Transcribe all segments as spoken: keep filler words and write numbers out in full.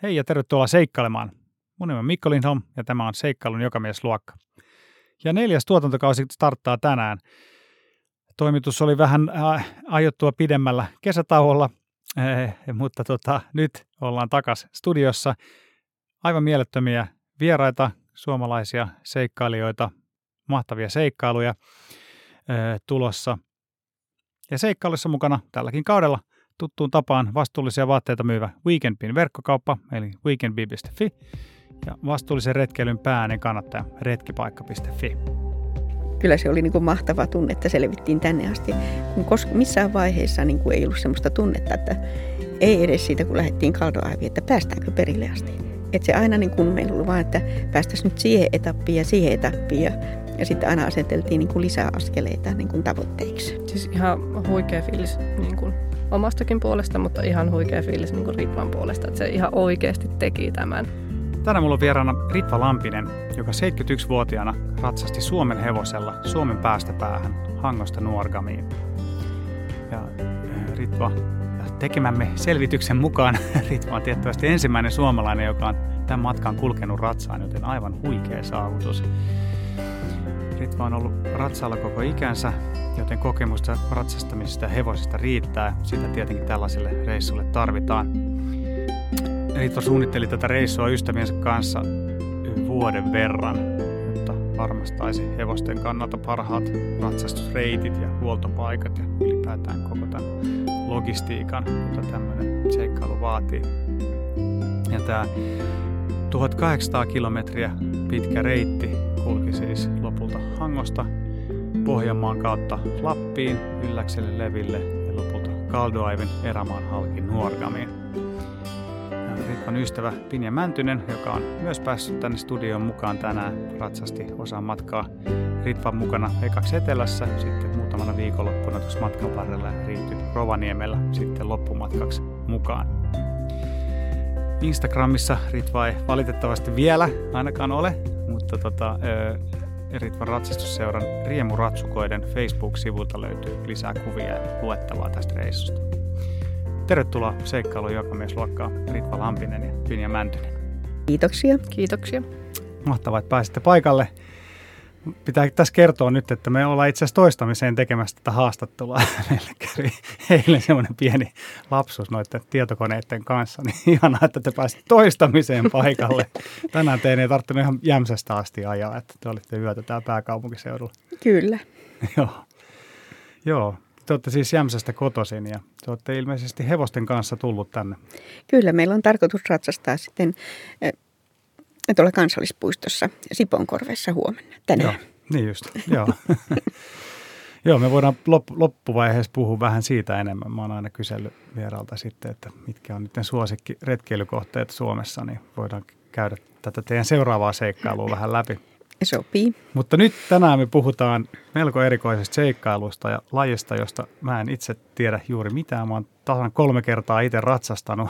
Hei ja tervetuloa seikkailemaan. Mun nimi on Mikko Lindholm ja tämä on Seikkailun jokamiesluokka. Ja neljäs tuotantokausi starttaa tänään. Toimitus oli vähän äh, aiottua pidemmällä kesätauolla, äh, mutta tota, nyt ollaan takaisin studiossa. Aivan mielettömiä vieraita, suomalaisia seikkailijoita, mahtavia seikkailuja äh, tulossa. Ja seikkailussa mukana tälläkin kaudella tuttuun tapaan vastuullisia vaatteita myyvä Weekendbin verkkokauppa, eli weekendbee piste fi, ja vastuullisen retkeilyn päääänen kannattaja retkipaikka piste fi. Kyllä se oli niin kuin mahtava tunne, että selvittiin tänne asti, kun koska missään vaiheessa niin kuin ei ollut sellaista tunnetta, että ei edes siitä, kun lähdettiin Caldo-Aiviin, että päästäänkö perille asti. Että se aina niin kuin meillä oli vaan, että päästäisiin nyt siihen etappiin ja siihen etappiin, ja, ja sitten aina aseteltiin niin kuin lisää askeleita niin kuin tavoitteiksi. Siis ihan huikea fiilis niin kuin omastakin puolesta, mutta ihan huikea fiilis niin kuin Ritvan puolesta, että se ihan oikeasti teki tämän. Tänään mulla on vieraana Ritva Lampinen, joka seitsemänkymmentäyksivuotiaana ratsasti Suomen hevosella Suomen päästä päähän Hangosta Nuorgamiin. Ja Ritva, tekemämme selvityksen mukaan Ritva on tiettävästi ensimmäinen suomalainen, joka on tämän matkan kulkenut ratsaan, joten aivan huikea saavutus. Ritva on ollut ratsalla koko ikänsä, joten kokemusta ratsastamisesta ja hevosista riittää. Sitä tietenkin tällaiselle reissulle tarvitaan. Ritva suunnitteli tätä reissua ystäviensä kanssa vuoden verran, jotta varmistaisi hevosten kannalta parhaat ratsastusreitit ja huoltopaikat ja ylipäätään koko tämän logistiikan, jota tämmöinen seikkailu vaatii. Ja tämä tuhatkahdeksansataa kilometriä pitkä reitti kulki siis lopulta Hangosta Pohjanmaan kautta Lappiin, Ylläkselle, Leville ja lopulta Caldo-Aivin erämaan halki Nuorgamiin. Ritvan ystävä Pinja Mäntynen, joka on myös päässyt tänne studioon mukaan tänään, ratsasti osan matkaa Ritvan mukana ekaksi Etelässä, sitten muutamana viikonloppuna tuossa matkan varrella ja riihtyi Rovaniemellä sitten loppumatkaksi mukaan. Instagramissa Ritva ei valitettavasti vielä ainakaan ole, mutta tota, Ritvan ratsastusseuran Riemuratsukoiden Facebook-sivulta löytyy lisää kuvia ja luettavaa tästä reissusta. Tervetuloa Seikkailun jokamiesluokkaan Ritva Lampinen ja Pinja Mäntynen. Kiitoksia. Kiitoksia. Mahtavaa, että pääsitte paikalle. Pitää tässä kertoa nyt, että me ollaan itse asiassa toistamiseen tekemässä tätä haastattelua. Meillä kävi eilen semmoinen pieni lapsus noiden tietokoneiden kanssa. Niin ihanaa, että te pääsitte toistamiseen paikalle. Tänään teidän ei tarvitse ihan Jämsästä asti ajaa, että te olitte yötä täällä pääkaupunkiseudulla. Kyllä. Joo. Joo. Te olette siis Jämsästä kotoisin ja te olette ilmeisesti hevosten kanssa tullut tänne. Kyllä, meillä on tarkoitus ratsastaa sitten tuolla kansallispuistossa Sipoonkorvessa huomenna tänään. Joo, niin just, joo. Joo, me voidaan lop- loppuvaiheessa puhua vähän siitä enemmän. Mä oon aina kysellyt vieraalta sitten, että mitkä on niiden suosikki retkeilykohteet Suomessa, niin voidaan käydä tätä teidän seuraavaa seikkailua vähän läpi. Sopii. Mutta nyt tänään me puhutaan melko erikoisesta seikkailusta ja lajista, josta mä en itse tiedä juuri mitään. Mä oon tasan kolme kertaa itse ratsastanut.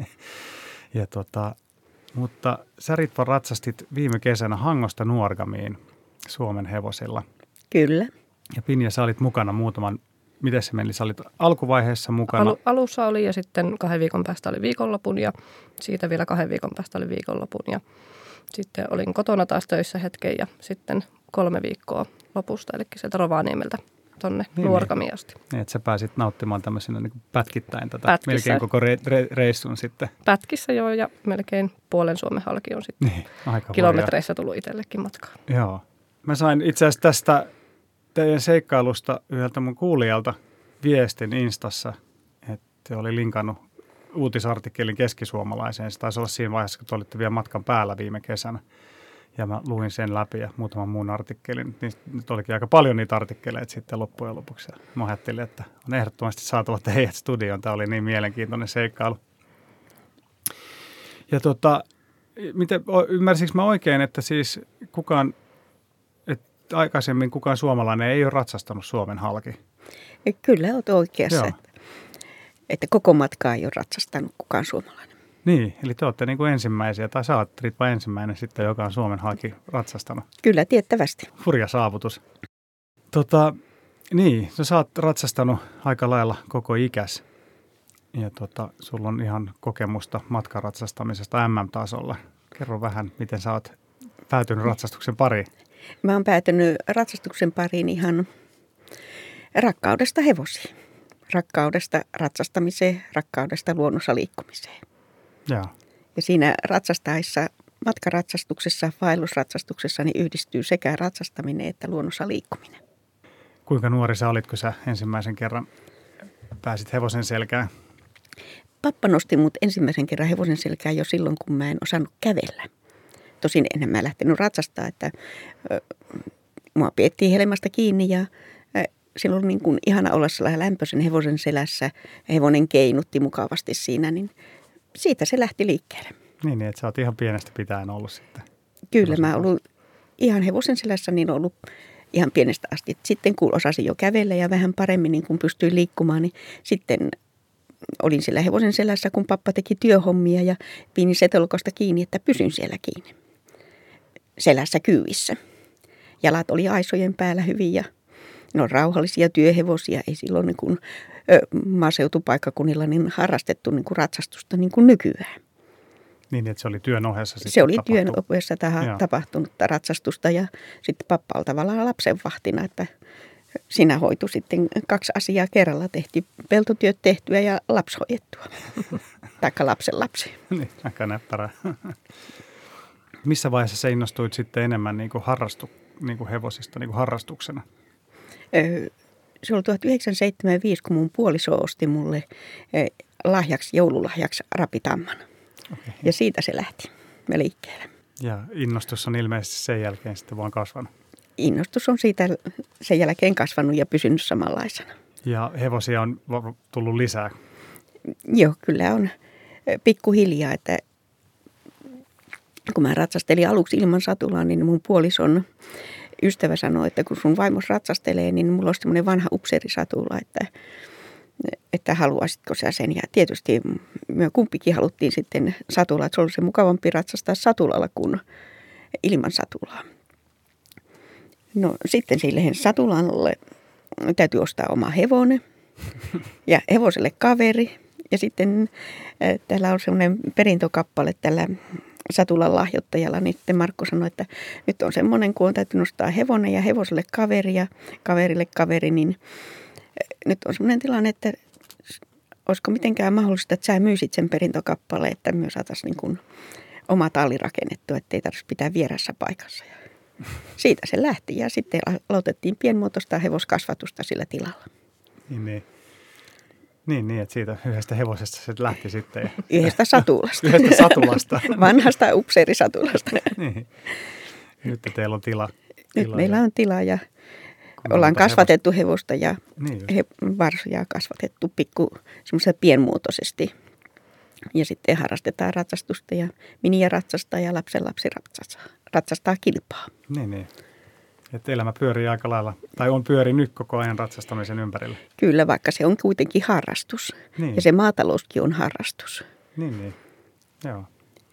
ja tota, mutta sä Ritva ratsastit viime kesänä Hangosta Nuorgamiin Suomen hevosilla. Kyllä. Ja Pinja, sä olit mukana muutaman, miten se meni? Sä olit alkuvaiheessa mukana. Alu, alussa oli ja sitten kahden viikon päästä oli viikonlopun ja siitä vielä kahden viikon päästä oli viikonlopun ja sitten olin kotona taas töissä hetken ja sitten kolme viikkoa lopusta, eli sieltä Rovaniemeltä tuonne niin, Nuorgamiin asti. Niin, että sä pääsit nauttimaan tämmöisenä niin kuin pätkittäin tätä Pätkissä. melkein koko re, re, reissun sitten. Pätkissä joo, ja melkein puolen Suomen halki on sitten niin, aika kilometreissä tullut itsellekin matkaan. Joo. Mä sain itse asiassa tästä teidän seikkailusta yhdeltä mun kuulijalta viestin Instassa, että oli linkannut uutisartikkelin Keskisuomalaiseen. Se taisi olla siinä vaiheessa, kun te olitte vielä matkan päällä viime kesänä. Ja mä luin sen läpi ja muutaman muun artikkelin. Nyt olikin aika paljon niitä artikkeleita sitten loppujen lopuksi. Mä ajattelin, että on ehdottomasti saatava teidät studioon. Tämä oli niin mielenkiintoinen seikkailu. Ja tota, miten, ymmärsikö mä oikein, että siis kukaan, että aikaisemmin kukaan suomalainen ei ole ratsastanut Suomen halki? Kyllä, olet oikeassa. Että, että koko matkaa ei ole ratsastanut kukaan suomalainen. Niin, eli te olette niin kuin ensimmäisiä, tai sä olet Ritva ensimmäinen sitten, joka on Suomen halki ratsastanut. Kyllä, tiettävästi. Hurja saavutus. Tota, niin, no sä oot ratsastanut aika lailla koko ikäs. ja tota, sulla on ihan kokemusta matkaratsastamisesta M M-tasolla. Kerro vähän, miten sä oot päätynyt ratsastuksen pariin. Mä oon päätynyt ratsastuksen pariin ihan rakkaudesta hevosiin. Rakkaudesta ratsastamiseen, rakkaudesta luonnossa liikkumiseen. Joo. Ja siinä ratsastaessa, matkaratsastuksessa, vaellusratsastuksessa niin yhdistyy sekä ratsastaminen että luonnossa liikkuminen. Kuinka nuori sä olit, kun sä ensimmäisen kerran pääsit hevosen selkään? Pappa nosti mut ensimmäisen kerran hevosen selkään jo silloin, kun mä en osannut kävellä. Tosin ennen mä lähtenyt ratsastaa, että ö, mua pidettiin helmasta kiinni ja ö, silloin niin kuin ihana olla sellainen lämpöisen hevosen selässä. Hevonen keinutti mukavasti siinä, niin siitä se lähti liikkeelle. Niin, niin että sä oot ihan pienestä pitäen ollut sitten. Kyllä, mä oon ollut ihan hevosen selässä, niin ollut ihan pienestä asti. Sitten kun osasin jo kävellä ja vähän paremmin, niin kun pystyin liikkumaan, niin sitten olin siellä hevosen selässä, kun pappa teki työhommia ja piini setolkosta kiinni, että pysyn siellä kiinni. Selässä kyyvissä. Jalat oli aisojen päällä hyvin ja ne on rauhallisia työhevosia. Ei silloin niin kuin maaseutupaikkakunnilla niin harrastettu niin kuin ratsastusta niin kuin nykyään. Niin, että se oli työn ohessa sitten Se oli tapahtuu. työn ohessa tähän tapahtunutta ratsastusta ja sitten pappa oli tavallaan lapsenvahtina, että siinä hoitui sitten kaksi asiaa kerralla. Tehtiin peltotyöt tehtyä ja lapsi hoidettua. Taikka lapsen lapsi. Niin, aika näppärä. Missä vaiheessa sä innostuit sitten enemmän niin kuin harrastu, niin kuin hevosista niin kuin harrastuksena? Öö, se oli tuhatyhdeksänsataaseitsemänkymmentäviisi, kun mun puoliso osti mulle lahjaksi, joululahjaksi rapitamman. Okay. Ja siitä se lähti me liikkeelle. Ja innostus on ilmeisesti sen jälkeen sitten vaan kasvanut. Innostus on siitä sen jälkeen kasvanut ja pysynyt samanlaisena. Ja hevosia on tullut lisää? Joo, kyllä on pikkuhiljaa, että kun mä ratsastelin aluksi ilman satulaa, niin mun puolison ystävä sanoi, että kun sun vaimos ratsastelee, niin mulla on semmoinen vanha upseerisatula, että, että haluaisitko sä sen. Ja tietysti me kumpikin haluttiin sitten satulaa, että se oli se mukavampi ratsastaa satulalla kuin ilman satulaa. No sitten sille satulalle täytyy ostaa oma hevonen ja hevoselle kaveri. Ja sitten äh, täällä on semmoinen perintökappale tällä satulan lahjoittajalla, niin sitten Markku sanoi, että nyt on semmoinen, kun on täytyy nostaa hevonen ja hevoselle kaveri ja kaverille kaveri, niin äh, nyt on semmoinen tilanne, että olisiko mitenkään mahdollista, että sä myisit sen perintökappaleen, että me saataisiin niin kuin oma talli rakennettua, ettei tarvitsisi pitää vierässä paikassa. Ja siitä se lähti ja sitten aloitettiin pienmuotoista hevoskasvatusta sillä tilalla. Niin, niin. Niin, niin, että siitä yhdestä hevosesta se lähti sitten. Ja yhdestä satulasta. Yhdestä satulasta. Vanhasta upseerisatulasta. Niin. Nyt teillä on tila. Nyt tila meillä ja on tila ja ollaan kasvatettu hevosta, hevosta ja niin he, varsoja kasvatettu pikku semmoisella pienmuotoisesti. Ja sitten harrastetaan ratsastusta ja miniä ratsastaa ja lapsen lapsi ratsastaa, ratsastaa kilpaa. Niin, niin. Että elämä pyörii aika lailla, tai on pyörinyt koko ajan ratsastamisen ympärillä. Kyllä, vaikka se on kuitenkin harrastus. Niin. Ja se maatalouskin on harrastus. Niin, niin. Joo.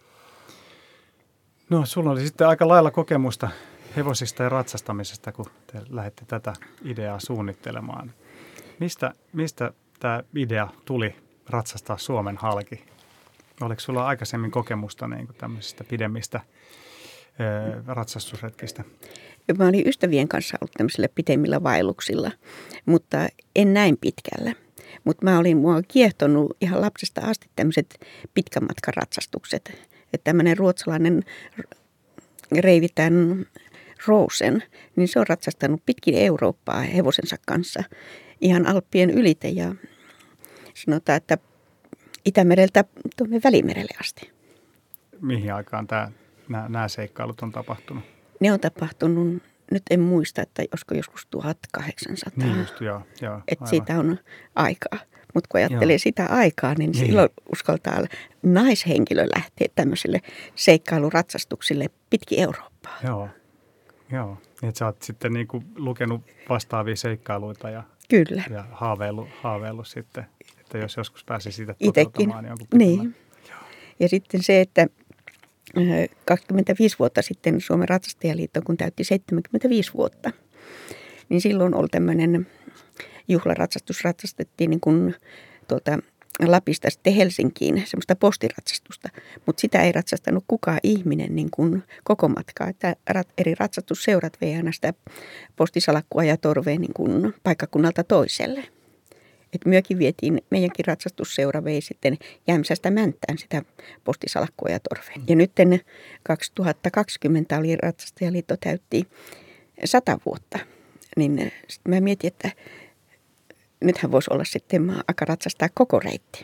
No, sulla oli sitten aika lailla kokemusta hevosista ja ratsastamisesta, kun te lähdette tätä ideaa suunnittelemaan. Mistä, mistä tämä idea tuli ratsastaa Suomen halki? Oliko sulla aikaisemmin kokemusta niin kuin tämmöisistä pidemmistä ö, ratsastusretkistä? Mä olin ystävien kanssa ollut tämmöisillä pitemmillä vaelluksilla, mutta en näin pitkällä. Mutta mä olin, mua kiehtonut ihan lapsesta asti tämmöiset pitkän matkan ratsastukset. Että tämmöinen ruotsalainen Reivitän Rosen, niin se on ratsastanut pitkin Eurooppaa hevosensa kanssa ihan Alppien ylite ja sanotaan, että Itämereltä tuonne Välimerelle asti. Mihin aikaan tämä, nämä, nämä seikkailut on tapahtunut? Ne on tapahtunut, nyt en muista, että olisiko joskus tuhatkahdeksansataa. Niin just, joo. joo että siitä on aikaa. Mutta kun ajattelee joo. sitä aikaa, niin, niin silloin uskaltaa naishenkilö lähteä tämmöisille seikkailuratsastuksille pitkin Eurooppaa. Joo, joo. Niin, että sä oot sitten niinku lukenut vastaavia seikkailuita ja, Kyllä. ja haaveillut, haaveillut sitten, että jos joskus pääsi siitä Itekin. toteuttamaan, niin jonkun pitemmän. Niin. Ja sitten se, että kaksikymmentäviisi vuotta sitten Suomen Ratsastajaliitto, kun täytti seitsemänkymmentäviisi vuotta, niin silloin oli tämmöinen juhlaratsastus, ratsastettiin niin kuin tuolta Lapista sitten Helsinkiin semmoista postiratsastusta, mutta sitä ei ratsastanut kukaan ihminen niin kuin koko matkaa. Että eri ratsastusseurat vei aina sitä postisalakkua ja torvea niin kuin paikkakunnalta toiselle. Et myökin vietiin, meidänkin ratsastusseura vei sitten Jämsästä Mänttään sitä postisalakkua ja torvea. Ja nyt kaksituhattakaksikymmentä oli Ratsastajaliitto täytti sata vuotta, niin sitten mä mietin, että nythän voisi olla sitten aika ratsastaa koko reitti.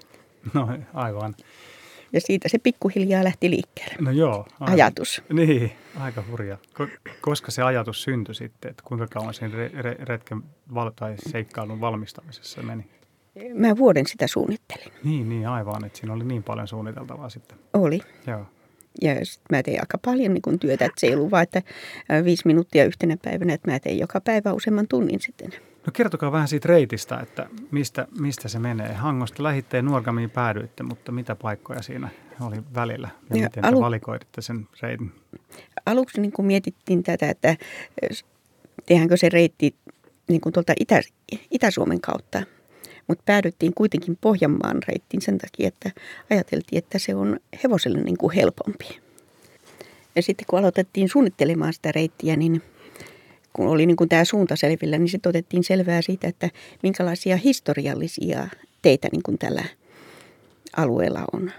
No aivan. Ja siitä se pikkuhiljaa lähti liikkeelle. No joo. Aivan. Ajatus. Niin, aika hurja. Koska se ajatus syntyi sitten, että kuinka kauan siinä retken val- tai seikkailun valmistamisessa meni? Mä vuoden sitä suunnittelin. Niin, niin aivan, että siinä oli niin paljon suunniteltavaa sitten. Oli. Joo. Ja sitten mä tein aika paljon niin kun työtä, että se ei ollut vaan, että viisi minuuttia yhtenä päivänä, että mä tein joka päivä useamman tunnin sitten. No kertokaa vähän siitä reitistä, että mistä, mistä se menee. Hangosta lähitteen Nuorgamiin päädyitte, mutta mitä paikkoja siinä oli välillä ja, ja miten alu- te valikoiditte sen reitin? Aluksi niin kun mietittiin tätä, että tehdäänkö se reitti niin kun tuolta Itä, Itä-Suomen kautta. Mutta päädyttiin kuitenkin Pohjanmaan reittiin sen takia, että ajateltiin, että se on hevoselle niin kuin helpompi. Ja sitten kun aloitettiin suunnittelemaan sitä reittiä, niin kun oli niin kuin tämä suunta selvillä, niin sitten otettiin selvää siitä, että minkälaisia historiallisia teitä niin kuin tällä alueella on.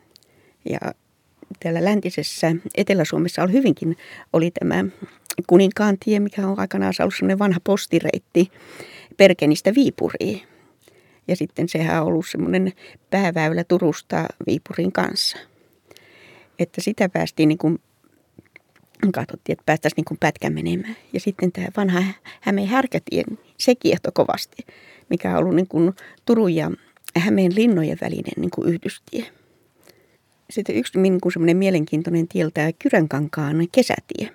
Ja täällä läntisessä Etelä-Suomessa oli hyvinkin oli tämä Kuninkaantie, mikä on aikanaan ollut sellainen vanha postireitti Perkenistä Viipuriin. Ja sitten sehän on ollut semmoinen pääväylä Turusta Viipurin kanssa. Että sitä päästiin niin kuin, katsottiin, että päästäisiin niin kuin pätkän menemään. Ja sitten tämä vanha Hämeen Härkätie, se kiehtoi kovasti, mikä on ollut niin kuin Turun ja Hämeen linnojen välinen niin kuin yhdystie. Sitten yksi niin kuin semmoinen mielenkiintoinen tie on tämä Kyrönkankaan kesätie.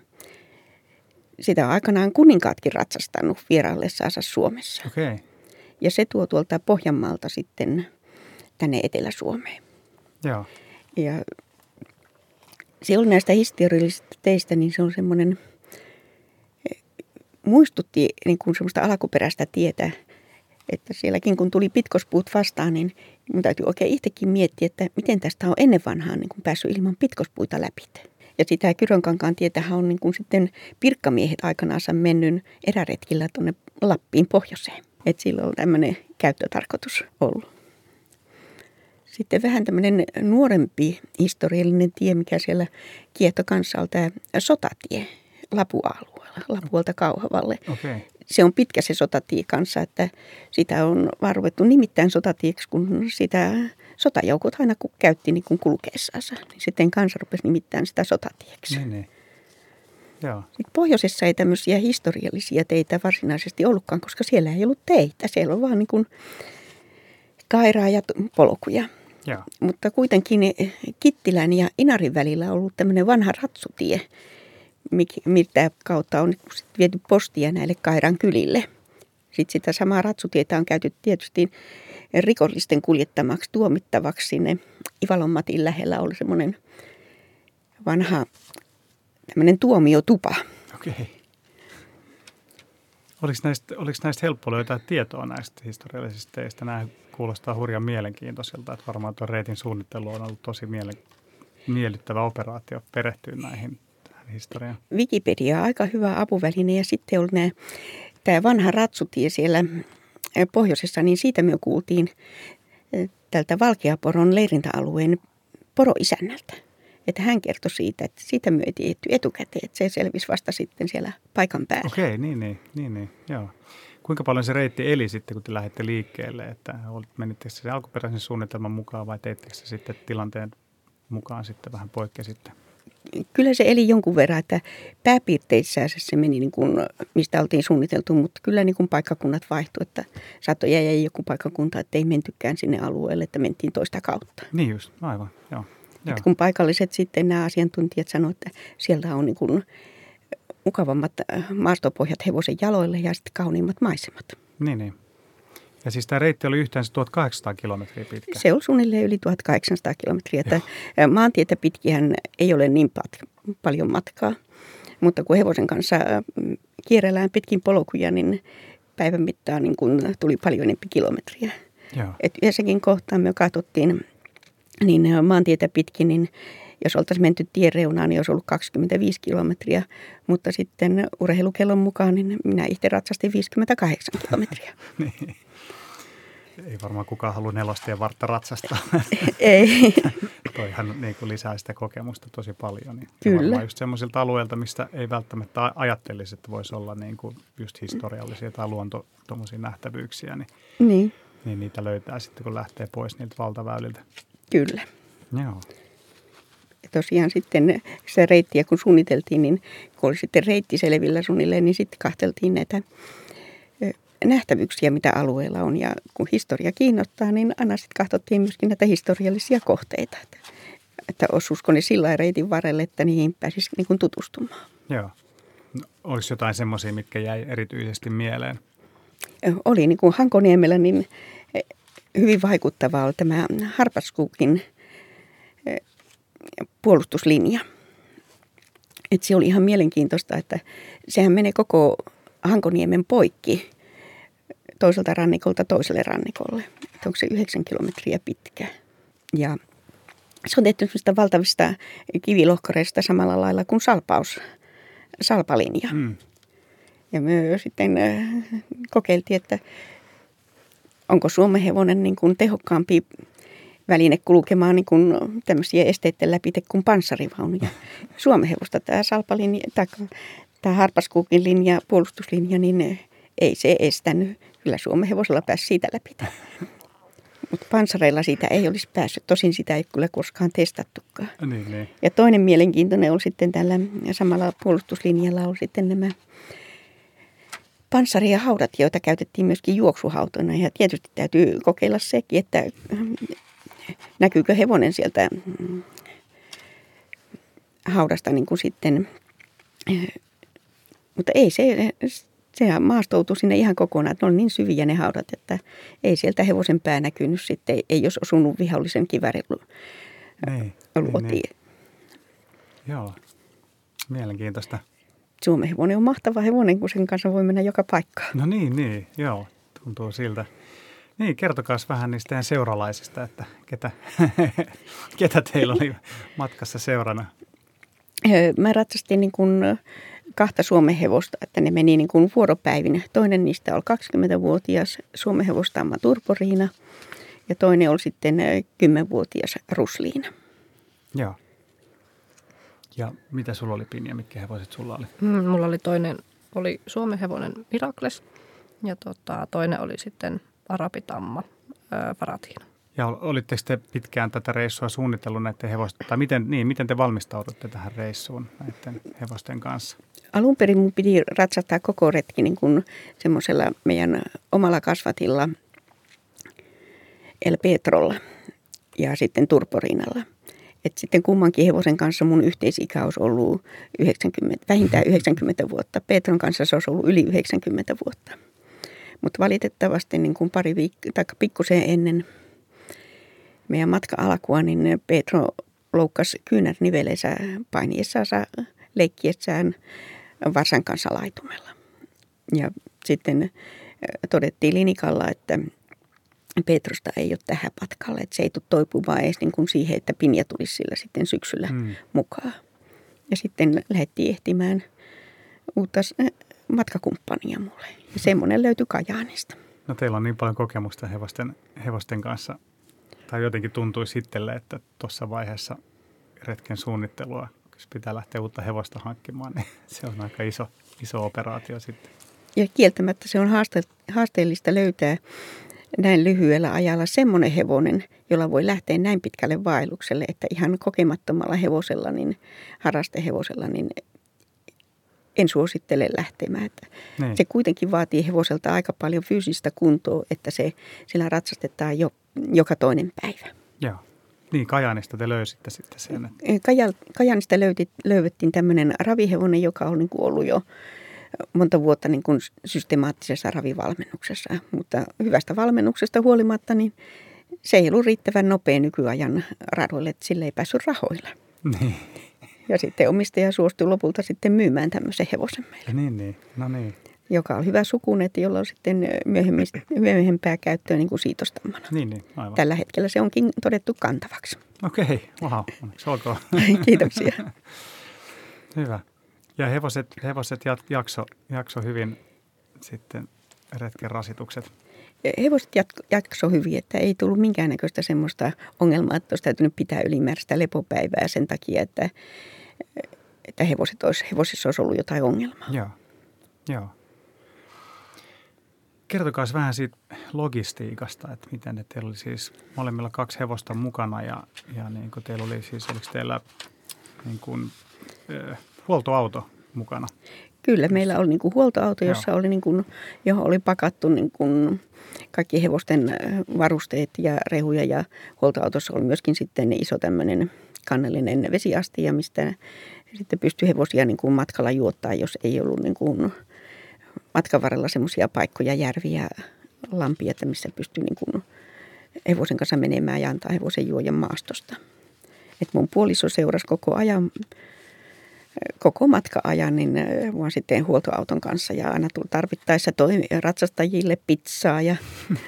Sitä on aikanaan kuninkaatkin ratsastanut vieraillessaansa Suomessa. Okei. Okay. Ja se tuo tuolta Pohjanmaalta sitten tänne Etelä-Suomeen. Joo. Ja se on näistä historiallisista teistä, niin se on semmoinen, muistutti niin kuin semmoista alkuperäistä tietä, että sielläkin kun tuli pitkospuut vastaan, niin minun täytyy oikein itsekin miettiä, että miten tästä on ennen vanhaan niin kuin päässyt ilman pitkospuita läpi. Ja sitä Kyrönkankaan tietähän on niin kuin sitten pirkkamiehet aikanaansa mennyt eräretkillä tuonne Lappiin pohjoiseen. Että sillä on tämmöinen käyttötarkoitus ollut. Sitten vähän tämmöinen nuorempi historiallinen tie, mikä siellä kiehto kanssa on tämä sotatie Lapualueella, Lapualta Kauhavalle. Okay. Se on pitkä se sotatie kanssa, että sitä on vaan ruvettu nimittäin sotatieksi, kun sitä sotajoukot aina kun käytti niin kuin kulkeessansa. Niin sitten kansa rupesi nimittäin sitä sotatieksi. Niin, niin. Joo. Sitten pohjoisessa ei tämmöisiä historiallisia teitä varsinaisesti ollutkaan, koska siellä ei ollut teitä. Siellä on vaan niin kuin kairaa ja polkuja. Joo. Mutta kuitenkin Kittilän ja Inarin välillä on ollut tämmöinen vanha ratsutie, mitä kautta on viety postia näille Kairan kylille. Sitten sitä samaa ratsutietä on käyty tietysti rikollisten kuljettamaksi, tuomittavaksi sinne Ivalon Matin lähellä oli semmoinen vanha tämmöinen tuomiotupa. Okei. Okay. Oliko näistä, oliko näistä helppo löytää tietoa näistä historiallisista teistä? Nämä kuulostaa hurjan mielenkiintoisilta, että varmaan tuon reitin suunnittelu on ollut tosi miele, miellyttävä operaatio perehtyä näihin tähän historiaan. Wikipedia on aika hyvä apuväline ja sitten oli nämä, tämä vanha ratsutie siellä pohjoisessa, niin siitä me kuultiin tältä Valkeaporon leirintäalueen poroisännältä. Että hän kertoi siitä, että siitä me ei tiedetty etukäteen, että se selvisi vasta sitten siellä paikan päällä. Okei, niin, niin, niin, niin, joo. Kuinka paljon se reitti eli sitten, kun te lähditte liikkeelle? Että menittekö se alkuperäisen suunnitelman mukaan vai teittekö se sitten tilanteen mukaan sitten vähän poikkesitte? Kyllä se eli jonkun verran, että pääpiirteissään se meni niin kuin, mistä oltiin suunniteltu, mutta kyllä niin kuin paikkakunnat vaihtui, että saattoi jäädä joku paikkakunta, että ei mentykään sinne alueelle, että mentiin toista kautta. Niin just, aivan, joo. Että kun paikalliset sitten nämä asiantuntijat sanoivat, että sieltä on niin kuin mukavammat maastopohjat hevosen jaloille ja sitten kauniimmat maisemat. Niin, niin. Ja siis tämä reitti oli yhteensä tuhatkahdeksansataa kilometriä pitkä. Se on suunnilleen yli tuhatkahdeksansataa kilometriä. Että maantietä pitkihän ei ole niin pat- paljon matkaa, mutta kun hevosen kanssa kierrellään pitkin polkuja, niin päivän mittaan niin kun tuli paljon enemmän kilometriä. Joo. Et yhdessäkin kohtaa me katsottiin niin maantietä pitkin, niin jos oltaisiin menty tien reunaan, niin olisi ollut kaksikymmentäviisi kilometriä, mutta sitten urheilukellon mukaan niin minä itse ratsastin viisikymmentäkahdeksan kilometriä. Niin. Ei varmaan kukaan halua nelostien vartta ratsastaa. Ei. Toihan niin kuin lisää sitä kokemusta tosi paljon. Niin Kyllä. varmaan just semmoisilta alueilta, mistä ei välttämättä ajattelisi, että voisi olla niin kuin just historiallisia tai luonto tuommoisia nähtävyyksiä, niin, Niin, niin niitä löytää sitten, kun lähtee pois niiltä valtaväyliltä. kyllä. Joo. Ja tosiaan sitten sitä reittiä kun suunniteltiin, niin kun oli sitten reitti selvillä suunnilleen, niin sitten kahteltiin näitä ö, nähtävyyksiä, mitä alueella on. Ja kun historia kiinnostaa, niin aina sitten katsottiin myöskin näitä historiallisia kohteita. Että, että osuisiko ne sillä reitin varrelle, että niihin pääsisi niin kuin tutustumaan. Joo. No, oliko jotain semmoisia, mitkä jäi erityisesti mieleen? Ö, Oli niin kuin Hankoniemellä niin ö, hyvin vaikuttava oli tämä Harpaskuukin ö, puolustuslinja. Et se oli ihan mielenkiintoista, että sehän menee koko Hankoniemen poikki toiselta rannikolta toiselle rannikolle. Et onko se yhdeksän kilometriä pitkä. Ja se on tehty semmoista valtavista kivilohkareista samalla lailla kuin salpaus, salpalinja. Mm. Ja me sitten äh, kokeiltiin, että onko Suomen hevonen niin kuin tehokkaampi väline kulkemaan niin kuin tämmöisiä esteiden läpi kuin panssarivaunuja. Suomen hevosta tämä salpalinja, tämä Harpaskuukin linja, puolustuslinja, niin ei se estänyt. Kyllä Suomen hevosella pääsi siitä läpi. Mutta panssareilla siitä ei olisi päässyt. Tosin sitä ei kyllä koskaan testattukaan. Niin, niin. Ja toinen mielenkiintoinen oli sitten tällä samalla puolustuslinjalla oli sitten nämä panssaria haudat, joita käytettiin myöskin juoksuhautoina. Ja tietysti täytyy kokeilla sekin, että näkyykö hevonen sieltä haudasta niin kuin sitten, mutta ei se, se maastoutui sinne ihan kokonaan. Ne oli niin syviä ne haudat, että ei sieltä hevosen pää näkynyt sitten, ei jos osunut vihollisen kiväärin Niin, luotiin. niin, niin. Joo, mielenkiintoista. Suomen hevonen on mahtava hevonen, kun sen kanssa voi mennä joka paikkaan. No niin, niin, joo, tuntuu siltä. Niin, kertokaas vähän niistä teidän seuralaisista, että ketä, ketä teillä oli matkassa seurana? Mä ratsastin niin kuin kahta Suomen hevosta, että ne meni niin kuin vuoropäivin. Toinen niistä oli kaksikymmentävuotias Suomen hevostamma Turporiina ja toinen oli sitten kymmenvuotias Rusliina. Joo. Ja mitä sulla oli, Pinja? Mitkä hevoset sulla oli? Mm, mulla oli toinen, oli Suomen hevonen Mirakles ja tota, toinen oli sitten Arabitamma ää, Faratiina. Ja olitteko te pitkään tätä reissua suunnitellut näiden hevosten, tai miten, niin, miten te valmistaudutte tähän reissuun näiden hevosten kanssa? Alun perin mun piti ratsastaa koko retki niin kuin semmoisella meidän omalla kasvatilla El Petrolla ja sitten Turporiinalla. Et sitten kummankin hevosen kanssa mun yhteisikä olisi ollut yhdeksänkymmentä, vähintään yhdeksänkymmentä vuotta. Petron kanssa se olisi ollut yli yhdeksänkymmentä vuotta. Mutta valitettavasti niin kuin pari viikkoa, tai pikkusen ennen meidän matka alkua, niin Petro loukkasi kyynärnivelensä painiessaan, leikkiessään varsan kanssa laitumella. Ja sitten todettiin klinikalla, että Petrosta ei ole tähän matkalle, että se ei tule toipumaan edes niin kuin siihen, että Pinja tulisi sillä sitten syksyllä hmm. mukaan. Ja sitten lähdettiin ehtimään uutta matkakumppania mulle. Ja semmoinen löytyi Kajaanista. No teillä on niin paljon kokemusta hevosten, hevosten kanssa. Tai jotenkin tuntui itselle, että tuossa vaiheessa retken suunnittelua, jos pitää lähteä uutta hevosta hankkimaan, niin se on aika iso, iso operaatio sitten. Ja kieltämättä se on haaste, haasteellista löytää näin lyhyellä ajalla semmoinen hevonen, jolla voi lähteä näin pitkälle vaellukselle, että ihan kokemattomalla hevosella, niin harrastehevosella, niin en suosittele lähtemään. Niin. Se kuitenkin vaatii hevoselta aika paljon fyysistä kuntoa, että se sillä ratsastetaan jo, joka toinen päivä. Joo. Niin, Kajaanista te löysitte sitten sen. Kaja, Kajaanista löytit, löydettiin tämmöinen ravihevonen, joka on niin kuin ollut jo monta vuotta niin kuin systemaattisessa ravivalmennuksessa. Mutta hyvästä valmennuksesta huolimatta, niin se ei ollut riittävän nopea nykyajan radoille, että sille ei päässyt rahoilla. Niin. Ja sitten omistaja suostui lopulta sitten myymään tämmöisen hevosen meille. Niin, niin. No niin. joka on hyvä sukunetti, jolla on sitten myöhempää käyttöä niin kuin siitostammana. Niin, niin, aivan. Tällä hetkellä se onkin todettu kantavaksi. Okei, wow, onneksi olkoon. Kiitoksia. Hyvä. Ja hevoset, hevoset jakso, jakso hyvin sitten retken rasitukset. Hevoset jakso hyvin, että ei tullut minkäännäköistä semmoista ongelmaa, että olisi täytynyt pitää ylimääräistä lepopäivää sen takia, että, että hevoset olisi, hevosissa olisi ollut jotain ongelmaa. Joo, joo. Kertokaa vähän siitä logistiikasta, että miten ne teillä oli siis molemmilla kaksi hevosta mukana ja, ja niin kuin teillä oli siis, oliko teillä niin kuin, äh, huoltoauto mukana? Kyllä, meillä oli niin kuin huoltoauto, jossa oli niin kuin, johon oli pakattu niin kuin kaikki hevosten varusteet ja rehuja ja huoltoautossa oli myöskin sitten iso tämmöinen kannellinen vesiastia, mistä sitten pystyi hevosia niin kuin matkalla juottaa, jos ei ollut niin kuin matkan varrella semmoisia paikkoja, järviä, lampia, että missä pystyi niin kuin hevosen kanssa menemään ja antaa hevosen juoda maastosta. Et mun puoliso seurasi koko ajan, koko matka-ajan, niin vaan sitten huoltoauton kanssa ja aina tuli tarvittaessa toi ratsastajille pizzaa ja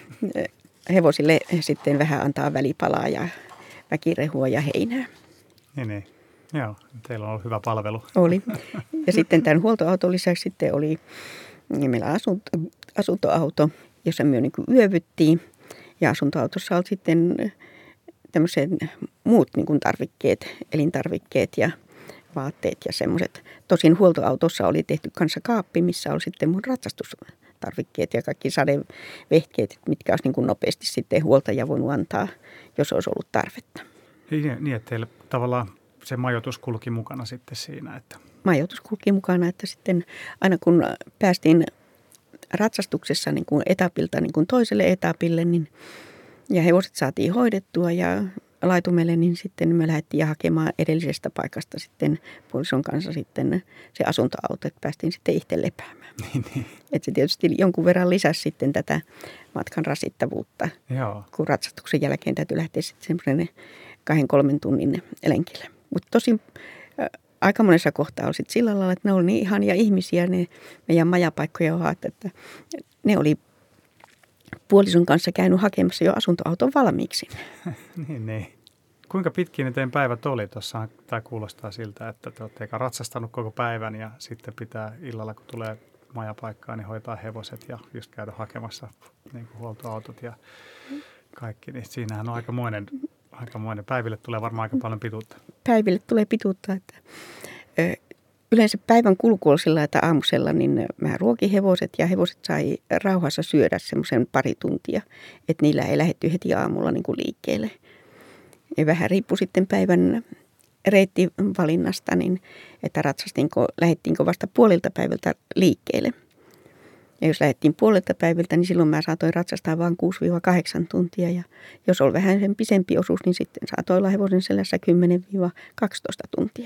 hevosille sitten vähän antaa välipalaa ja väkirehua ja heinää. Niin, niin. Joo, teillä on ollut hyvä palvelu. Oli. Ja sitten tämän huoltoauton lisäksi sitten oli meillä asunto, asuntoauto, jossa me niin kuin yövyttiin. Ja asuntoautossa oli sitten tämmöiset muut niin kuin tarvikkeet, elintarvikkeet ja vaatteet ja semmoiset. Tosin huoltoautossa oli tehty kanssa kaappi, missä oli sitten mun ratsastustarvikkeet ja kaikki sadevehkeet, mitkä olisi niin kuin nopeasti sitten huoltaja voinut antaa, jos olisi ollut tarvetta. Niin, että teillä tavallaan se majoitus kulki mukana sitten siinä, että... Majoitus kulki mukana, että sitten aina kun päästiin ratsastuksessa niin kuin etapilta niin kuin toiselle etapille, niin, ja hevoset saatiin hoidettua ja laitumelle, niin sitten me lähdettiin hakemaan edellisestä paikasta sitten puolison kanssa sitten se asuntoauto, että päästiin sitten itse lepäämään. Niin, niin. Että se tietysti jonkun verran lisäsi sitten tätä matkan rasittavuutta, Joo. kun ratsastuksen jälkeen täytyy lähteä sitten semmoinen kahden kolmen tunnin lenkille. Mutta tosi aika monessa kohtaa oli sitten sillä lailla, että ne oli niin ihania ihmisiä, ne meidän majapaikkoja ovat, että ne oli puolison kanssa käynyt hakemassa jo asuntoauton valmiiksi. niin, niin. Kuinka pitkiä ne teidän päivät oli tuossa? Tämä kuulostaa siltä, että te olette eikä ratsastanut koko päivän ja sitten pitää illalla, kun tulee majapaikkaan, niin hoitaa hevoset ja just käydä hakemassa niin kuin huoltoautot ja kaikki. Niin siinähän on aikamoinen, aikamoinen. Päiville tulee varmaan aika paljon pituutta. Päiville tulee pituutta, että ö, yleensä päivän kulku oli sillä, että aamusella niin mä ruokin hevoset ja hevoset sai rauhassa syödä semmoisen pari tuntia, että niillä ei lähdetty heti aamulla niin kuin liikkeelle. Ja vähän riippui sitten päivän reittivalinnasta, niin että ratsastinko, lähdettiinkö vasta puolilta päivältä liikkeelle. Ja jos lähdettiin puolelta päivältä, niin silloin mä saatoin ratsastaa vain kuusi kahdeksan tuntia. Ja jos oli vähän sen pisempi osuus, niin sitten saatoin olla hevosen selässä kymmenen kaksitoista tuntia.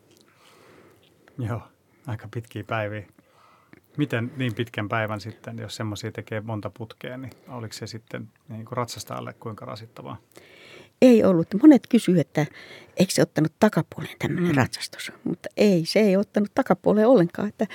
Joo, aika pitkiä päiviä. Miten niin pitkän päivän sitten, jos semmoisia tekee monta putkea, niin oliko se sitten niin kuin ratsastajalle kuinka rasittavaa? Ei ollut. Monet kysyivät, että eikö se ottanut takapuoleen tämmöinen mm. ratsastus, mutta ei, se ei ottanut takapuoleen ollenkaan. Että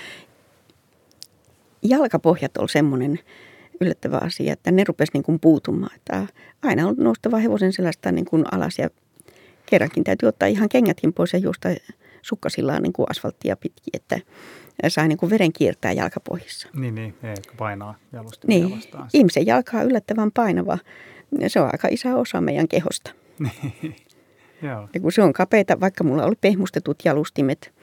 jalkapohjat oli semmoinen yllättävä asia, että ne rupesi niin kuin puutumaan. Että aina on noustava hevosen selästä niin kuin alas ja kerrankin täytyy ottaa ihan kengätkin pois ja juosta sukkasillaan niin kuin asfalttia pitkin, että sai niin kuin veren kiertää jalkapohjissa. Niin, niin, ei, painaa jalustimia niin. vastaan. Ihmisen jalka on yllättävän painava. Se on aika iso osa meidän kehosta. Joo. Ja kun se on kapeita, vaikka mulla oli pehmustetut jalustimet,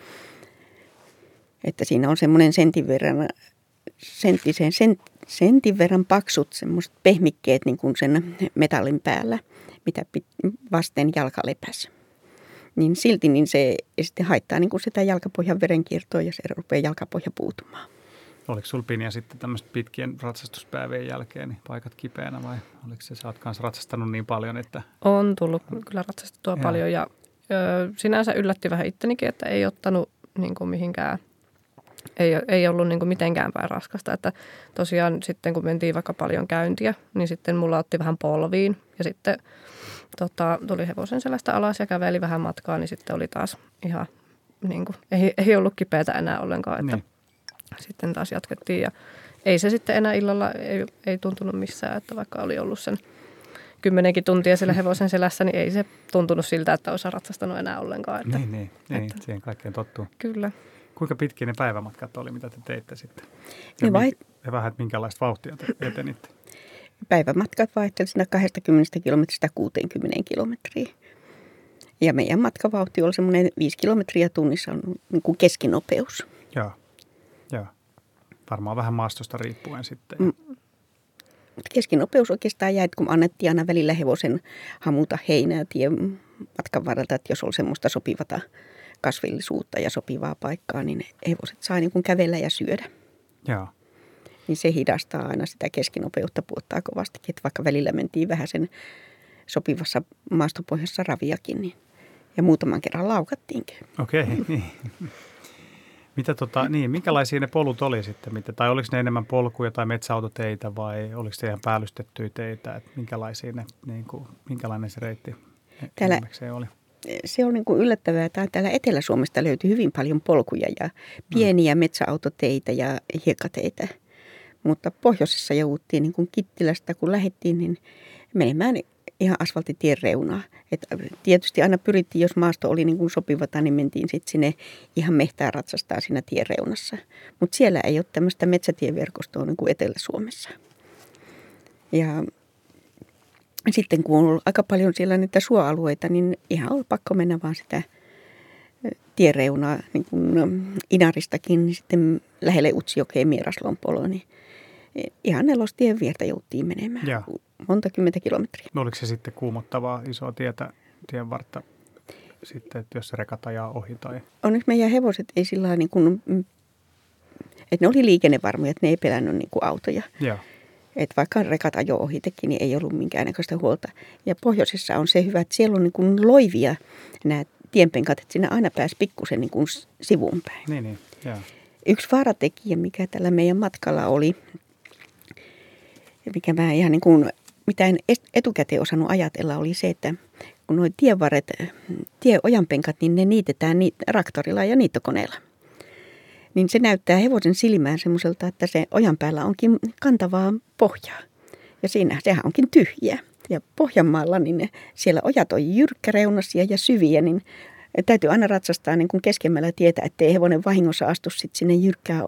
että siinä on semmoinen sentin verran, senttisen, sent, sentin verran paksut semmoiset pehmikkeet niin kuin sen metallin päällä, mitä vasten jalka lepäsi. Niin silti niin se sitten haittaa niin kuin sitä jalkapohjan verenkiertoa ja se rupeaa jalkapohja puutumaan. Oliko sulla Pinja sitten tämmöistä pitkien ratsastuspäivien jälkeen niin paikat kipeänä vai oliko se, sä oot kanssa ratsastanut niin paljon, että... On tullut kyllä ratsastettua ja. paljon ja ö, sinänsä yllätti vähän ittenikin, että ei ottanut niin kuin mihinkään, ei, ei ollut niin kuin mitenkään päin raskasta. Että tosiaan sitten kun mentiin vaikka paljon käyntiä, niin sitten mulla otti vähän polviin ja sitten tota, tuli hevosen selästä alas ja käveli vähän matkaa, niin sitten oli taas ihan niin kuin, ei, ei ollut kipeätä enää ollenkaan, että... Niin. sitten taas jatkettiin ja ei se sitten enää illalla, ei, ei tuntunut missään, että vaikka oli ollut sen kymmenenkin tuntia siellä hevosen selässä, niin ei se tuntunut siltä, että olisi ratsastanut enää ollenkaan. Että, niin, niin, niin että, siihen kaikkeen tottuu. Kyllä. Kuinka pitkiä ne päivämatkat oli, mitä te teitte sitten? Ja, Ne vai... ja vähän, että minkälaista vauhtia te etenitte? Päivämatkat vaihtelivat siinä kaksikymmentä kilometristä kuuteenkymmeneen kilometriin. Ja meidän matkavauhti oli semmoinen viisi kilometriä tunnissa on niin kuin keskinopeus. Joo, joo. Varmaan vähän maastosta riippuen sitten. Mm. Keskinopeus oikeastaan jäi, kun annettiin aina välillä hevosen hamuta heinää tien matkan varrelta, että jos oli semmoista sopivata kasvillisuutta ja sopivaa paikkaa, niin hevoset sai niin kuin kävellä ja syödä. Joo. Niin se hidastaa aina sitä keskinopeutta, puottaa kovastikin, että vaikka välillä mentiin vähän sen sopivassa maastopohjassa raviakin, niin, ja muutaman kerran laukattiinkin. Okei, okay, niin. Mitä tota, niin, minkälaisia ne polut oli sitten? Mitä, tai oliko ne enemmän polkuja tai metsäautoteitä vai oliko se ihan päällystettyjä teitä? Että minkälaisia ne, niin kuin, minkälainen se reitti Täällä, oli? Se on niin kuin yllättävää, että täällä Etelä-Suomesta löytyi hyvin paljon polkuja ja pieniä mm. metsäautoteitä ja hiekkateitä. Mutta pohjoisessa jouduttiin niin kuin Kittilästä, kun lähdettiin, niin menemään ihan asfaltitien reunaa. Et tietysti aina pyrittiin, jos maasto oli niin kuin sopivata, niin mentiin sitten sinne ihan mehtään ratsastaa siinä tien reunassa. Mutta siellä ei ole tämmöistä metsätieverkostoa niin kuin Etelä-Suomessa. Ja sitten kun on ollut aika paljon siellä niitä suoalueita, niin ihan on pakko mennä vaan sitä tien reunaa, niin kuin Inaristakin, niin sitten lähelle Utsjokeen Mieraslompoloon, niin ihan nelostien viertä jouttiin menemään. Ja. Monta kymmentä kilometriä. Oliko se sitten kuumottavaa isoa tietä, tien vartta sitten, että jos se rekat ajaa ohi? Tai... Onneksi meidän hevoset ei sillä niin kuin, että ne oli liikennevarmoja, että ne ei pelännyt niin kuin autoja. Ja. Että vaikka rekat ajo ohi teki, niin ei ollut minkäännäköistä huolta. Ja pohjoisessa on se hyvä, että siellä on niin kuin loivia nämä tienpenkat, että sinne aina pääsi pikkusen niin kuin sivuun päin. Niin, niin. Ja. Yksi vaaratekijä, mikä tällä meidän matkalla oli, mikä mä ihan niin kuin, mitä en etukäteen osannut ajatella, oli se, että kun nuo tienvarret, tieojanpenkat, niin ne niitetään ni- traktorilla ja niittokoneella. Niin se näyttää hevosen silmään semmoiselta, että se ojan päällä onkin kantavaa pohjaa. Ja siinä sehän onkin tyhjiä. Ja Pohjanmaalla, niin siellä ojat on jyrkkäreunaisia ja syviä, niin täytyy aina ratsastaa niin kuin keskemmällä tietä, ettei hevonen vahingossa astu sit sinne jyrkkää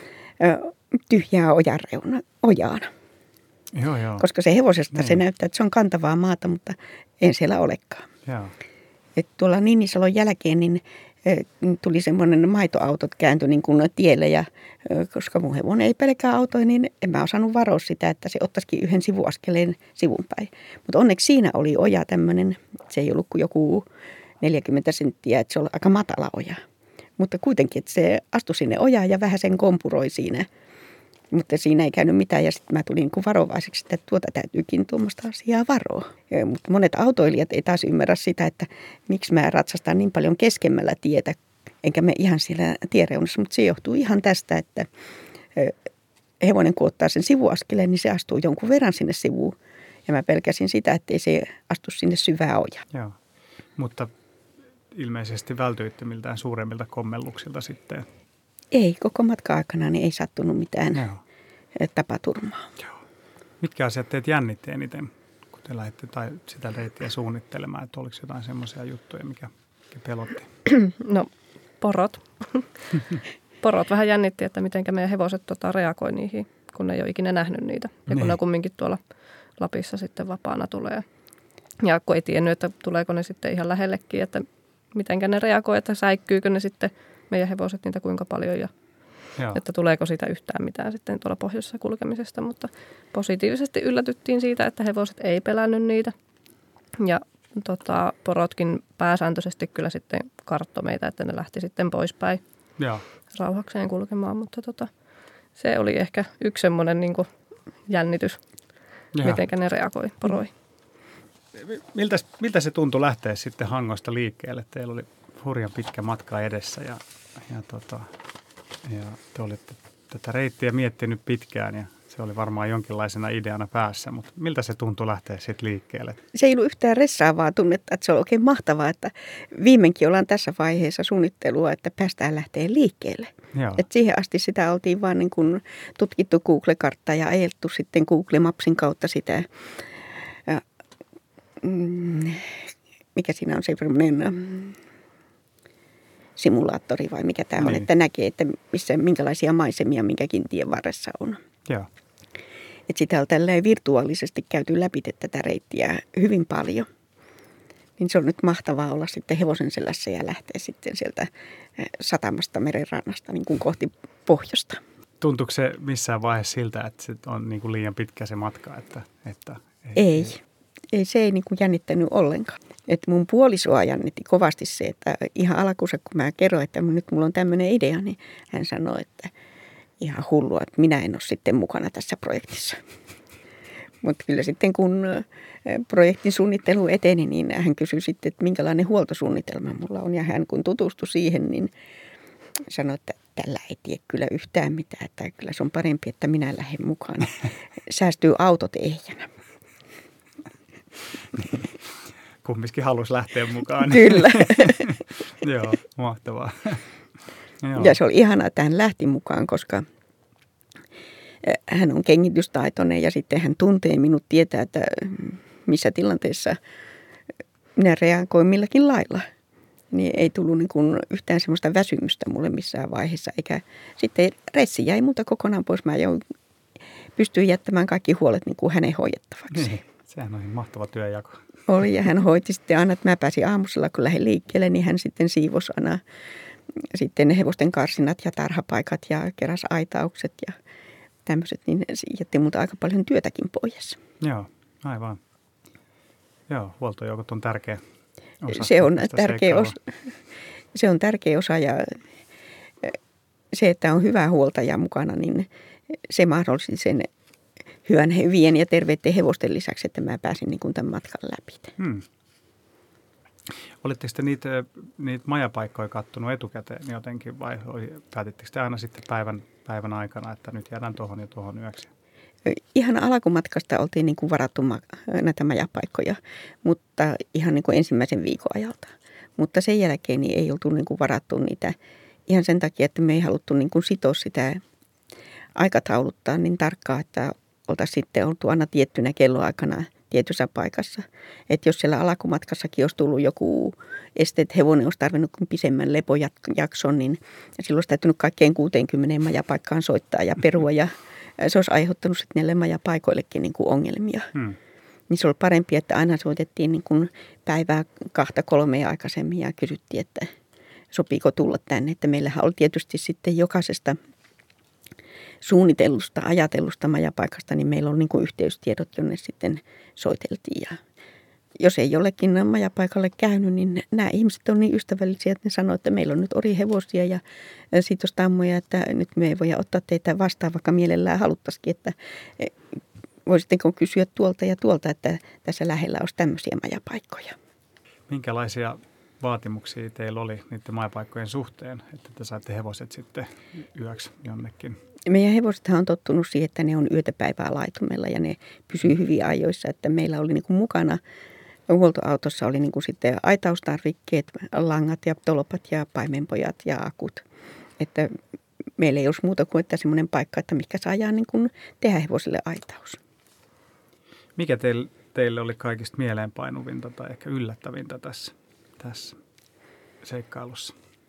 tyhjää ojan reuna, ojaan. Joo, joo. Koska se hevosesta niin. Se näyttää, että se on kantavaa maata, mutta ei siellä olekaan. Joo. Et tuolla Ninnisalon jälkeen niin tuli semmoinen maitoautot kääntyi niin kuin tielle ja koska mun hevonen ei pelkää autoja, niin en mä osannut varoa sitä, että se ottaisikin yhden sivuaskeleen sivun päin. Mutta onneksi siinä oli oja tämmöinen, se ei ollut kuin joku neljäkymmentä senttiä, että se oli aika matala oja. Mutta kuitenkin, että se astui sinne ojaan ja vähän sen kompuroi siinä. Mutta siinä ei käynyt mitään ja sitten mä tulin niin kuin varovaiseksi, että tuota täytyykin tuommoista asiaa varoa. Ja, mutta monet autoilijat ei taas ymmärrä sitä, että miksi mä ratsastan niin paljon keskemmällä tietä, enkä me ihan siellä tiereunassa. Mutta se johtuu ihan tästä, että hevonen kun ottaa sen sivuaskeleen, niin se astuu jonkun verran sinne sivuun. Ja mä pelkäsin sitä, ettei se astu sinne syvää ojaa. Joo, mutta ilmeisesti vältyitte miltään suuremmilta kommelluksilta sitten. Ei, koko matka-aikana niin ei sattunut mitään Joo. tapaturmaa. Joo. Mitkä asiat teet jännitti eniten, kun te lähditte tai sitä reittiä suunnittelemaan? Että oliko jotain semmoisia juttuja, mikä, mikä pelotti? No, porot. Porot vähän jännitti, että miten meidän hevoset tota, reagoi niihin, kun ne ei ole ikinä nähnyt niitä. Ja kun niin. Ne kumminkin tuolla Lapissa sitten vapaana tulee. Ja kun ei tiennyt, että tuleeko ne sitten ihan lähellekin, että miten ne reagoi, että säikkyykö ne sitten meidän hevoset niitä kuinka paljon ja Joo. että tuleeko siitä yhtään mitään sitten tuolla pohjoisessa kulkemisesta. Mutta positiivisesti yllätyttiin siitä, että hevoset ei pelännyt niitä. Ja tota, porotkin pääsääntöisesti kyllä sitten karttoi meitä, että ne lähti sitten poispäin Joo. rauhakseen kulkemaan. Mutta tota, se oli ehkä yksi semmoinen niin kuin jännitys, miten ne reagoi poroihin. Miltä, miltä se tuntui lähteä sitten Hangosta liikkeelle? Teillä oli hurjan pitkä matka edessä ja, ja, tota, ja te olitte tätä reittiä miettinyt pitkään ja Se oli varmaan jonkinlaisena ideana päässä, mutta miltä se tuntui lähteä sitten liikkeelle? Se ei ollut yhtään ressaavaa tunnetta, että se on oikein mahtavaa, että viimeinkin ollaan tässä vaiheessa suunnittelua, että päästään lähteä liikkeelle. Et siihen asti sitä oltiin vaan niin kuin tutkittu Google-karttaa ja ajeltu sitten Google Mapsin kautta sitä, ja, mm, mikä siinä on se mm, simulaattori vai mikä tämä niin on, että näkee, että missä, minkälaisia maisemia minkäkin tien varressa on. Joo. Että sitä on tälleen virtuaalisesti käyty läpi tätä reittiä hyvin paljon. Niin se on nyt mahtavaa olla sitten hevosen selässä ja lähteä sitten sieltä satamasta merenrannasta niin kuin kohti pohjoista. Tuntuuko se missään vaiheessa siltä, että se on niin kuin liian pitkä se matka? Että, että ei, ei. ei, se ei niin kuin jännittänyt ollenkaan. Et mun puolisoa jännitti kovasti se, että ihan alkuunsa kun mä kerroin, että nyt mulla on tämmöinen idea, niin hän sanoi, että ihan hullua, että minä en ole sitten mukana tässä projektissa. Mutta kyllä sitten kun projektin suunnittelu eteni, niin hän kysyi sitten, että minkälainen huoltosuunnitelma mulla on. Ja hän kun tutustui siihen, niin sanoi, että tällä ei tiedä kyllä yhtään mitään. Että kyllä se on parempi, että minä lähden mukaan. Säästyy autot ehjänä. Kumminkin halusi lähteä mukaan. Kyllä. Joo, mahtavaa. Joo. Ja se oli ihanaa, että hän lähti mukaan, koska hän on kengitystaitoinen ja sitten hän tuntee minut, tietää, että missä tilanteessa minä reagoin milläkin lailla. Niin ei tullut niin kuin yhtään semmoista väsymystä mulle missään vaiheessa. Eikä sitten reissi jäi multa kokonaan pois. Mä jo pystyin jättämään kaikki huolet niin kuin hänen hoidettavaksi. Niin, sehän on mahtava työjako. Oli ja hän hoiti sitten aina, että mä pääsin aamusella, kun lähdin liikkeelle, niin hän sitten siivosi aina sitten hevosten karsinat ja tarhapaikat ja keräs aitaukset ja tämmöiset, niin jätti multa aika paljon työtäkin pois. Joo, aivan. Joo, huoltojoukot on tärkeä osa. Se on tärkeä osa, se on tärkeä osa ja se, että on hyvä huoltaja mukana, niin se mahdollisti sen hyvän, hyvien ja terveiden hevosten lisäksi, että mä pääsin niin kuin tämän matkan läpi. Hmm. Olitteko te niitä, niitä majapaikkoja kattonut etukäteen jotenkin vai päätittekö te aina sitten päivän, päivän aikana, että nyt jäädään tuohon ja tuohon yöksi? Ihan alkumatkasta oltiin niin kuin varattu näitä majapaikkoja, mutta ihan niin kuin ensimmäisen viikon ajalta. Mutta sen jälkeen niin ei oltu niin kuin varattu niitä ihan sen takia, että me ei haluttu niin kuin sitoa sitä aikatauluttaa niin tarkkaan, että oltaisiin sitten oltu aina tiettynä kelloaikana tietyssä paikassa. Että jos siellä alkumatkassakin olisi tullut joku este, että hevonen olisi tarvinnut pisemmän lepojakson, niin silloin olisi täytynyt kaikkeen kuuteenkymmeneen majapaikkaan soittaa ja perua. Ja se olisi aiheuttanut sitten näille majapaikoillekin niin kuin ongelmia. Hmm. Niin se oli parempi, että aina soitettiin niin kuin päivää kahta kolmea aikaisemmin ja kysyttiin, että sopiiko tulla tänne. Että meillähän oli tietysti sitten jokaisesta suunnitellusta, ajatellusta majapaikasta, niin meillä on niin kuin yhteystiedot, jonne sitten soiteltiin. Ja jos ei jollekin majapaikalle käynyt, niin nämä ihmiset on niin ystävällisiä, että ne sanoo, että meillä on nyt orihevosia ja siitostammoja, että nyt me ei voida ottaa teitä vastaan, vaikka mielellään haluttaisikin, että voisitteko kysyä tuolta ja tuolta, että tässä lähellä olisi tämmöisiä majapaikkoja. Minkälaisia vaatimuksia teillä oli niiden majapaikkojen suhteen, että te saitte hevoset sitten yöksi jonnekin? Meidän hevosethan on tottunut siihen, että ne on yötä päivää laitumella ja ne pysyy hyvin ajoissa, että meillä oli niin kuin mukana huoltoautossa oli niin kuin sitten aitaustarvikkeet, langat ja tolpat ja paimenpojat ja akut. Että meillä ei olisi muuta kuin että semmoinen paikka, että mikä saadaan niin kuin tehdä hevosille aitaus. Mikä teille, teille oli kaikista mieleenpainuvinta tai ehkä yllättävintä tässä, tässä seikkailussa?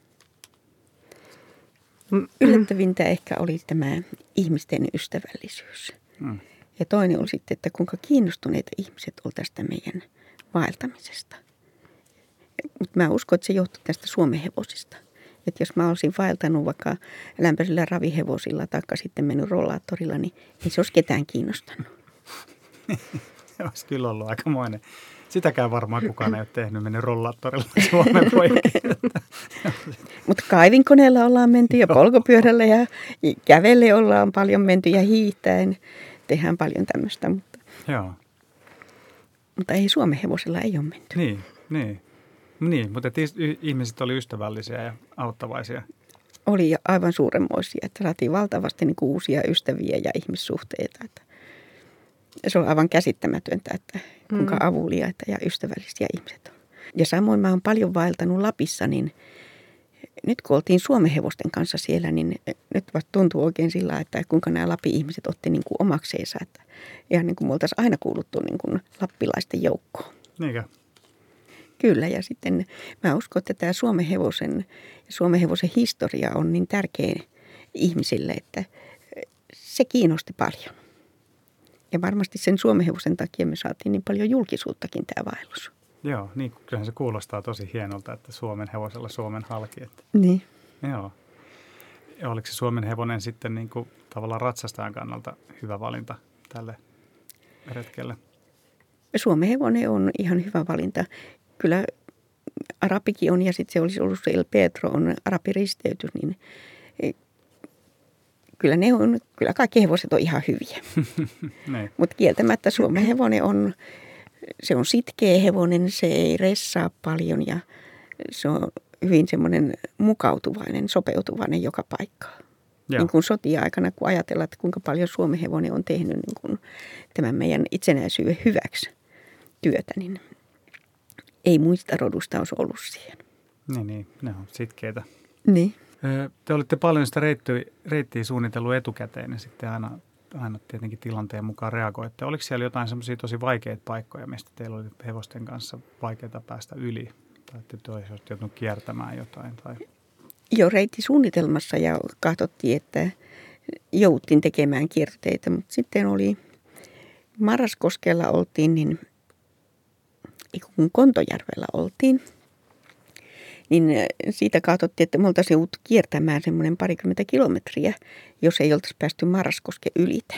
Yllättävintä ehkä oli tämä ihmisten ystävällisyys. Hmm. Ja toinen oli sitten, että kuinka kiinnostuneita ihmiset oli tästä meidän vaeltamisesta. Mutta mä uskon, että se johtui tästä Suomen hevosista. Että jos mä olisin vaeltanut vaikka lämpöisillä ravihevosilla tai sitten mennyt rollaattorilla, niin ei se olisi ketään kiinnostanut. Se olisi kyllä ollut aikamoinen. Sitäkään varmaan kukaan ei ole tehnyt, mennyt rollaattorilla Suomen poikki. Mutta kaivinkoneella ollaan menty ja polkupyörällä ja kävelle ollaan paljon menty ja hiihtäen. Tehdään paljon tämmöistä, mutta, Joo. mutta ei Suomen hevosella ei ole menty. Niin, niin. niin mutta ihmiset oli ystävällisiä ja auttavaisia. oli aivan suuremmoisia, että saatiin valtavasti niin kuin uusia ystäviä ja ihmissuhteita. Että se on aivan käsittämätöntä, että kuinka mm. avuliaita ja ystävällisiä ihmiset on. Ja samoin mä oon paljon vaeltanut Lapissa, niin nyt kun oltiin Suomen hevosten kanssa siellä, niin nyt vasta tuntuu oikein sillä, että kuinka nämä Lappi-ihmiset otti niin kuin omakseensa. Että ihan niin kuin me oltaisiin aina kuuluttu niin kuin lappilaisten joukkoon. Niinkö? Kyllä, ja sitten mä uskon, että tämä Suomen hevosen, Suomen hevosen historia on niin tärkeä ihmisille, että se kiinnosti paljon. Ja varmasti sen Suomen hevosen takia me saatiin niin paljon julkisuuttakin tämä vaellus. Joo, niin kyllähän se kuulostaa tosi hienolta, että Suomen hevosella Suomen halki. Että. Niin. Joo. Ja oliko se Suomen hevonen sitten niin kuin tavallaan ratsastajan kannalta hyvä valinta tälle retkelle? Suomen hevonen on ihan hyvä valinta. Kyllä arabikin on ja sitten se olisi ollut se El Petro on arabiristeytys, niin kyllä ne on, kyllä kaikki hevoset on ihan hyviä. Mutta kieltämättä Suomen hevonen on, se on sitkeä hevonen, se ei ressaa paljon ja se on hyvin semmoinen mukautuvainen, sopeutuvainen joka paikkaan. Joo. Niin kuin sotia-aikana, kun ajatellaan, että kuinka paljon Suomen hevonen on tehnyt niin kuin tämän meidän itsenäisyyden hyväksi työtä, niin ei muista rodusta olisi ollut siihen. Niin, niin, ne on sitkeitä. Niin. Te olitte paljon sitä reittiä, reittiä suunnitellut etukäteen ja sitten aina, aina tietenkin tilanteen mukaan reagoitte. Oliko siellä jotain semmoisia tosi vaikeita paikkoja, mistä teillä oli hevosten kanssa vaikeaa päästä yli? Tai että te olisitte joutunut kiertämään jotain? Tai... Jo reittisuunnitelmassa ja katsottiin, että jouduttiin tekemään kierteitä, mutta sitten oli Marraskoskella oltiin, niin kun Kontojärvellä oltiin, niin siitä katsottiin, että me oltaisiin jouduttu kiertämään semmoinen parikymmentä kilometriä, jos ei oltaisi päästy Marraskosken ylite.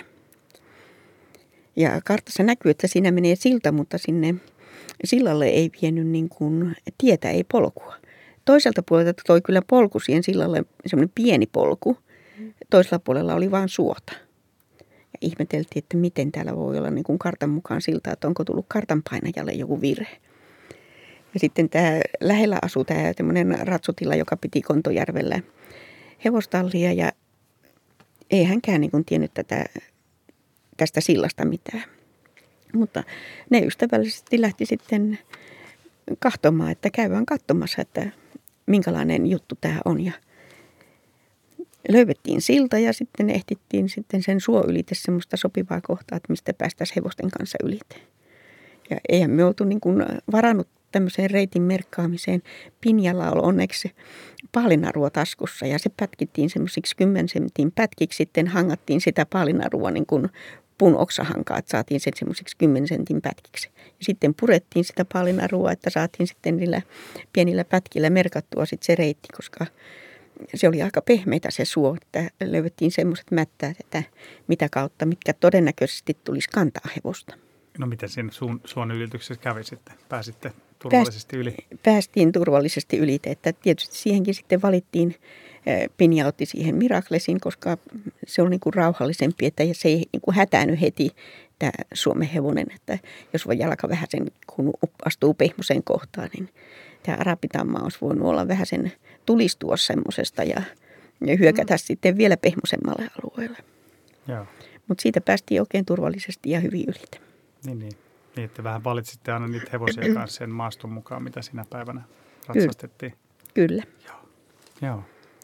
Ja kartassa näkyy, että siinä menee silta, mutta sinne sillalle ei vienyt niin kuin tietä, ei polkua. Toiselta puolelta toi kyllä polku siihen sillalle, semmoinen pieni polku. Toisella puolella oli vain suota. Ja ihmeteltiin, että miten täällä voi olla niin kuin kartan mukaan silta, että onko tullut kartan painajalle joku virhe. Ja sitten tämä lähellä asui tämä tämmöinen ratsutila, joka piti Kontojärvellä hevostallia ja ei hänkään niin kuin tiennyt tätä, tästä sillasta mitään. Mutta ne ystävällisesti lähti sitten katsomaan, että käydään katsomassa, että minkälainen juttu tämä on. Ja löydettiin silta ja sitten ehtittiin sitten sen suo ylite semmoista sopivaa kohtaa, että mistä päästäisiin hevosten kanssa ylite. Ja eihän me oltu niin kuin varannut tämmöiseen reitin merkkaamiseen. Pinjalla oli onneksi paalinarua taskussa ja se pätkittiin semmoisiksi kymmen sentin pätkiksi. Sitten hangattiin sitä paalinarua niin kuin puun oksahankaa, että saatiin sen semmoisiksi kymmen sentin pätkiksi. Ja sitten purettiin sitä paalinarua, että saatiin sitten niillä pienillä pätkillä merkattua sitten se reitti, koska se oli aika pehmeitä se suo, että löydettiin semmoiset mättäät, että mitä kautta, mitkä todennäköisesti tulisi kantaa hevosta. No miten siinä suon, suon ylityksessä kävi sitten? Pääsitte turvallisesti yli? Päästiin turvallisesti yli, että tietysti siihenkin sitten valittiin, Pinja otti siihen Miraklesin, koska se on niin kuin rauhallisempi, että se ei niin kuin hätäänny heti tämä Suomen hevonen, että jos voi jalka vähän sen, kun astuu pehmoiseen kohtaan, niin tämä arabitamma olisi voinut olla vähän sen tulistua semmoisesta ja, ja hyökätä mm. sitten vielä pehmoisemmalle alueelle. Mutta siitä päästiin oikein turvallisesti ja hyvin ylitä. Niin, niin. Niin, että vähän valitsitte aina niitä hevosia kanssa sen maaston mukaan, mitä sinä päivänä ratsastettiin. Kyllä. Joo. Joo.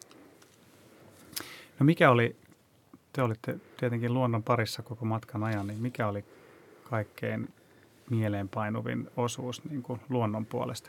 No mikä oli, te olitte tietenkin luonnon parissa koko matkan ajan, niin mikä oli kaikkein mieleenpainuvin osuus niin kuin luonnon puolesta?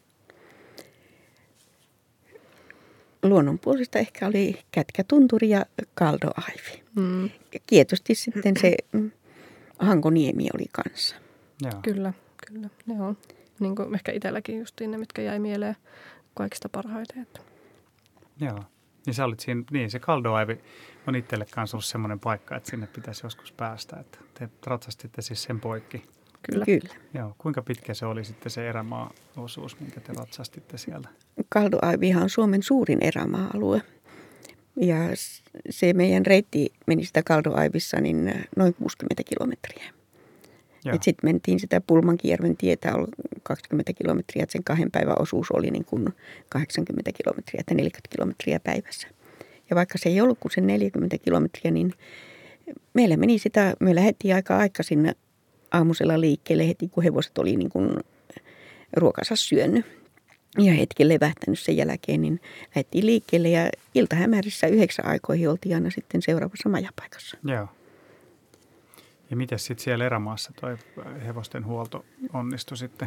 Luonnon puolesta ehkä oli Kätkätunturi ja Kaldoaivi. Mm. Tietysti sitten se Hankoniemi oli kanssa. Joo. Kyllä, kyllä. Ne on niin kuin ehkä itselläkin justiin ne, mitkä jäi mieleen kaikista parhaiten. Että. Joo. Niin sä olit siinä, niin se Kaldoaivi on itselle kanssa ollut semmoinen paikka, että sinne pitäisi joskus päästä. Että te ratsastitte siis sen poikki. Kyllä. Kyllä. Joo. Kuinka pitkä se oli sitten se erämaa-osuus, minkä te ratsastitte siellä? Kaldoaivihan on Suomen suurin erämaa-alue. Ja se meidän reitti meni sitä Kaldoaivissa niin noin kuusikymmentä kilometriä. Sitten mentiin sitä Pulmankijärven tietä, oli kaksikymmentä kilometriä, että sen kahden päivän osuus oli niin kuin kahdeksankymmentä kilometriä, että neljäkymmentä kilometriä päivässä. Ja vaikka se ei ollut kuin se neljäkymmentä kilometriä, niin meillä meni sitä, me lähdettiin aika aikaisin aamusella liikkeelle heti, kun hevoset oli niin kuin ruokansa syönyt. Ja hetken levähtänyt sen jälkeen, niin lähdettiin liikkeelle ja iltahämärissä yhdeksän aikoihin oltiin aina sitten seuraavassa majapaikassa. Joo. Ja miten sitten siellä erämaassa toi hevosten huolto onnistui sitten?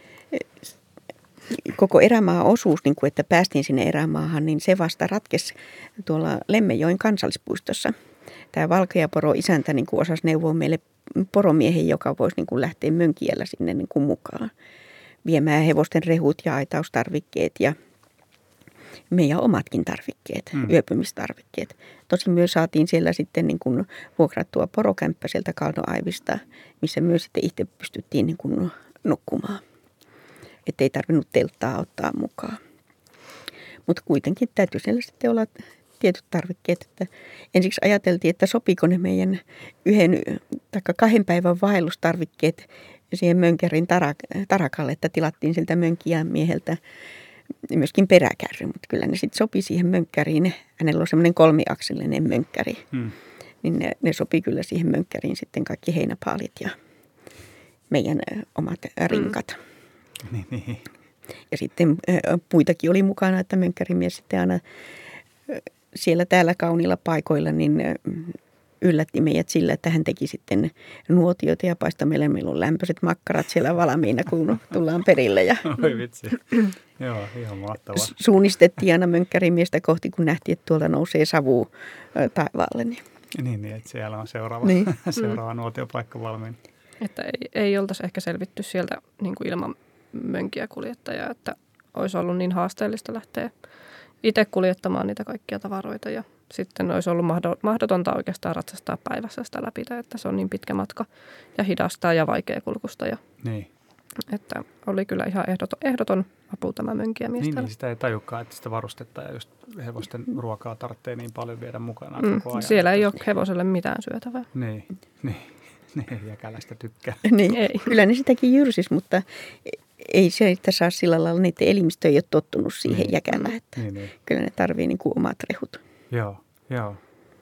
Koko erämaa osuus, niin kuin että päästiin sinne erämaahan, niin se vasta ratkesi tuolla Lemmenjoen kansallispuistossa. Tämä Valkeaporo isäntä niin kuin osasi neuvoa meille poromiehen, joka voisi niin kuin lähteä mönkijällä sinne niin kuin mukaan. Viemään hevosten rehut ja aitaustarvikkeet ja meidän omatkin tarvikkeet, mm. yöpymistarvikkeet. Tosin myös saatiin siellä sitten niin kuin vuokrattua porokämppä sieltä Kaldoaivista, missä myös sitten itse pystyttiin niin kuin nukkumaan. Että ei tarvinnut telttaa ottaa mukaan. Mutta kuitenkin täytyy siellä sitten olla tietyt tarvikkeet. Että ensiksi ajateltiin, että sopiiko ne meidän yhden tai kahden päivän vaellustarvikkeet siihen mönkärin tarak- tarakalle, että tilattiin siltä mönkijän mieheltä myöskin peräkärry, mutta kyllä ne sitten sopi siihen mönkkäriin. Hänellä on semmoinen kolmiakselinen mönkkäri, hmm. niin ne, ne sopi kyllä siihen mönkkäriin sitten kaikki heinäpaalit ja meidän omat rinkat. Hmm. Niin, niin. Ja sitten puitakin oli mukana, että mönkkärimies sitten aina siellä täällä kauniilla paikoilla niin yllätti meidät sillä, että hän teki sitten nuotioita ja paistoi meille. Meillä on lämpöiset makkarat siellä valmiina, kun tullaan perille. Ja oi vitsi. Joo, ihan mahtavaa. Suunnistettiin aina mönkkärimiestä kohti, kun nähtiin, että tuolta nousee savu taivaalle. Niin, niin, niin että siellä on seuraava, niin. seuraava nuotiopaikka valmiina. Että ei, ei oltaisi ehkä selvitty sieltä niin kuin ilman mönkijäkuljettajaa, että olisi ollut niin haasteellista lähteä itse kuljettamaan niitä kaikkia tavaroita ja sitten olisi ollut mahdotonta oikeastaan ratsastaa päivässä sitä läpi, että se on niin pitkä matka ja hidastaa ja vaikea kulkusta. Ja, niin. Että oli kyllä ihan ehdoton, ehdoton apu tämä mönkijämies. Niin, niin, sitä ei tajukaan, että sitä varustetta ja just hevosten ruokaa tarvitsee niin paljon viedä mukana mm, koko ajan. Siellä ei ole hevoselle mitään syötävää. Niin, niin. Niin, jäkäläistä tykkää. Niin, ei. Kyllä ne sitäkin jyrsis, mutta ei se, että saa sillä lailla, niiden elimistö ei ole tottunut siihen niin. jäkälään. Että niin, niin. Kyllä ne tarvii niin kuin omat rehut. Joo, joo.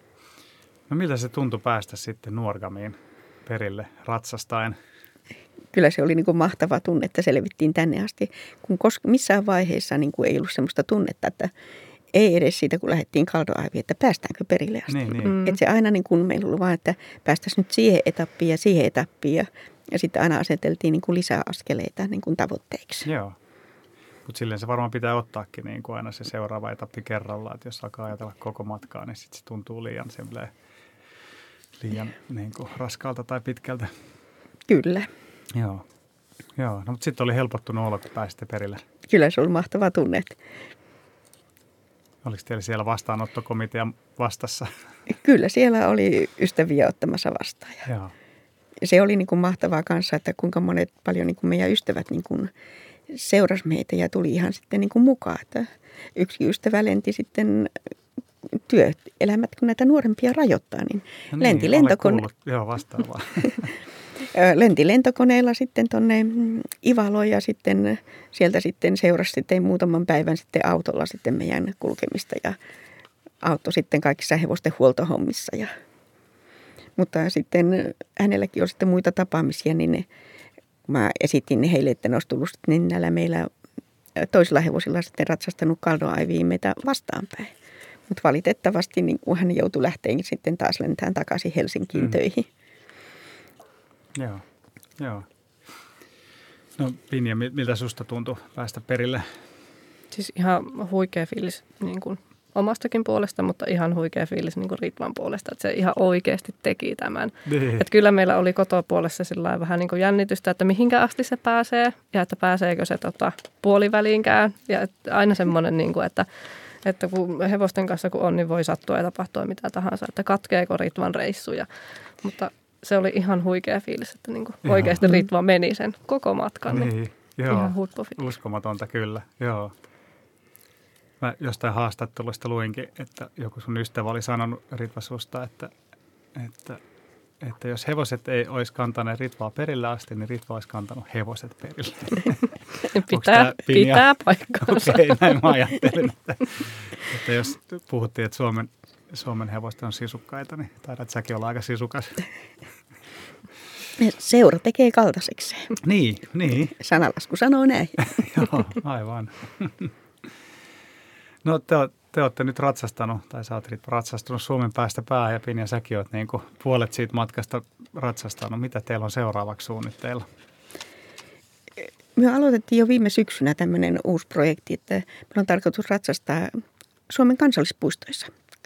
No miltä se tuntui päästä sitten Nuorgamiin perille ratsastaen? Kyllä se oli niin kuin mahtava tunne, että selvittiin tänne asti, kun koska missään vaiheessa niin kuin ei ollut sellaista tunnetta, että ei edes siitä, kun lähdettiin Kaldoaiviin, että päästäänkö perille asti. Niin, niin. Mm. Että se aina niin kuin meillä oli vaan, että päästäisiin nyt siihen etappiin ja siihen etappiin. Ja, ja sitten aina aseteltiin niin kuin lisää askeleita niin kuin tavoitteiksi. Joo. Mutta silleen se varmaan pitää ottaakin niin kuin aina se seuraava etappi kerrallaan. Että jos alkaa ajatella koko matkaa, niin sitten se tuntuu liian, liian niin kuin raskaalta tai pitkältä. Kyllä. Joo. Joo. No, mutta sitten oli helpottunut olo, kun pääsitte perille. Kyllä se oli mahtava tunne. Oliko teillä siellä vastaanottokomitean vastassa? Kyllä siellä oli ystäviä ottamassa vastaan. Joo. Se oli niin kuin mahtavaa kanssa, että kuinka monet paljon niin kuin meidän ystävät niin kuin seurasi meitä ja tuli ihan sitten niin kuin mukaan. Että yksi ystävä lenti sitten työelämät, kun näitä nuorempia rajoittaa, niin, no niin lenti lentokone... Joo, vastaavaa. Lenti lentokoneella sitten tuonne Ivaloon ja sitten sieltä sitten seurasi sitten muutaman päivän sitten autolla sitten meidän kulkemista ja auttoi sitten kaikissa hevosten huoltohommissa. Ja, mutta sitten hänelläkin on sitten muita tapaamisia, niin mä esitin heille, että ne olisi tullut sitten näillä meillä toisilla hevosilla sitten ratsastanut Kaldoaiviin meitä vastaanpäin. Mutta valitettavasti niin hän joutui lähteen sitten taas lentään takaisin Helsinkiin mm. töihin. Joo, joo. No Pinja, miltä susta tuntui päästä perille? Siis ihan huikea fiilis niin kuin omastakin puolesta, mutta ihan huikea fiilis niin kuin Ritvan puolesta, että se ihan oikeasti teki tämän. Niin. Että kyllä meillä oli kotopuolessa sillä vähän niin kuin jännitystä, että mihinkä asti se pääsee ja että pääseekö se tota, puoliväliinkään. Ja että aina semmoinen, niin kuin, että, että kun hevosten kanssa kun on, niin voi sattua ja tapahtua mitä tahansa, että katkeeko Ritvan reissuja, mutta se oli ihan huikea fiilis, että niin kuin oikeasti Ritva meni sen koko matkan. Niin, niin joo, ihan huippufiilis. Uskomatonta kyllä, joo. Mä jostain haastatteluista luinkin, että joku sun ystävä oli sanonut Ritva susta, että, että että jos hevoset ei olisi kantaneet Ritvaa perille asti, niin Ritva olisi kantanut hevoset perille. Pitää, pitää paikkaansa. Okei, okay, näin mä ajattelin, että, että jos puhuttiin, että Suomen, Suomen hevoset on sisukkaita, niin taidat säkin olla aika sisukas. Seura tekee kaltaisekseen. Niin, niin. Sanalasku sanoo näin. Joo, aivan. No te, te olette nyt ratsastanut, tai sä oot ratsastunut Suomen päästä päähän, ja Pinja, säkin oot niin kuin puolet siitä matkasta ratsastanut. Mitä teillä on seuraavaksi suunnitteilla? Me aloitettiin jo viime syksynä tämmöinen uusi projekti, että meillä on tarkoitus ratsastaa Suomen kansallispuistoissa.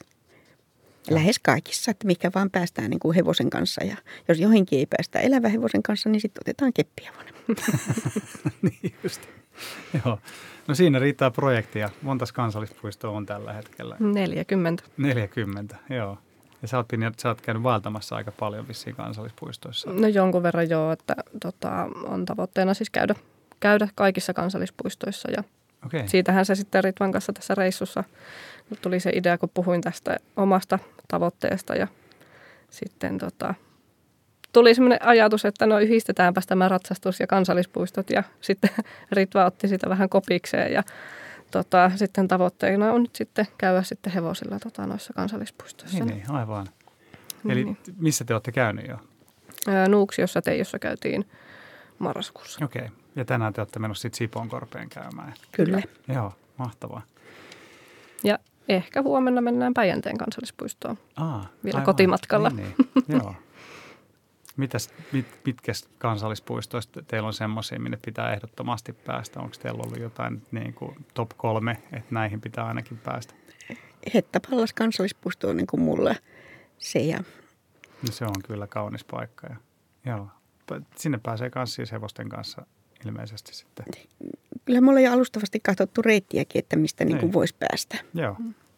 Lähes kaikissa, että mikä vaan päästään niin kuin hevosen kanssa. Ja jos johonkin ei päästä elävän hevosen kanssa, niin sitten otetaan keppihevonen. Niin just. Joo. No siinä riittää projektia. Montas kansallispuistoa on tällä hetkellä? neljäkymmentä. neljäkymmentä, joo. Ja sä oot, Pinja, sä oot käynyt vaeltamassa aika paljon vissiin kansallispuistoissa. No jonkun verran joo, että tota, on tavoitteena siis käydä, käydä kaikissa kansallispuistoissa. Ja okay. Siitähän se sitten Ritvan kanssa tässä reissussa tuli se idea, kun puhuin tästä omasta tavoitteesta. Ja sitten tota, tuli semmoinen ajatus, että no yhdistetäänpä tämä ratsastus ja kansallispuistot. Ja sitten Ritva otti sitä vähän kopikseen ja tota, sitten tavoitteena on nyt sitten käydä sitten hevosilla tota, noissa kansallispuistoissa. Niin, niin aivan. Eli niin. Missä te olette käyneet jo? Nuuksiossa, Teijossa käytiin marraskuussa. Okei. Okay. Ja tänään te olette menossa sitten Sipoonkorpeen käymään. Kyllä. Joo, mahtavaa. Ja ehkä huomenna mennään Päijänteen kansallispuistoon. Aa, vielä aivan. kotimatkalla. Niin, niin. Joo. Mitäs, mit, mitkä kansallispuistoista teillä on semmoisia, minne pitää ehdottomasti päästä? Onko teillä ollut jotain niin kuin top kolme, että näihin pitää ainakin päästä? Hettapallas kansallispuisto on niin kuin mulla se. Ja no se on kyllä kaunis paikka. Ja, joo. Sinne pääsee myös siis hevosten kanssa ilmeisesti sitten. Kyllä me ollaan jo alustavasti katsottu reittiäkin, että mistä niin kuin voisi päästä. Joo.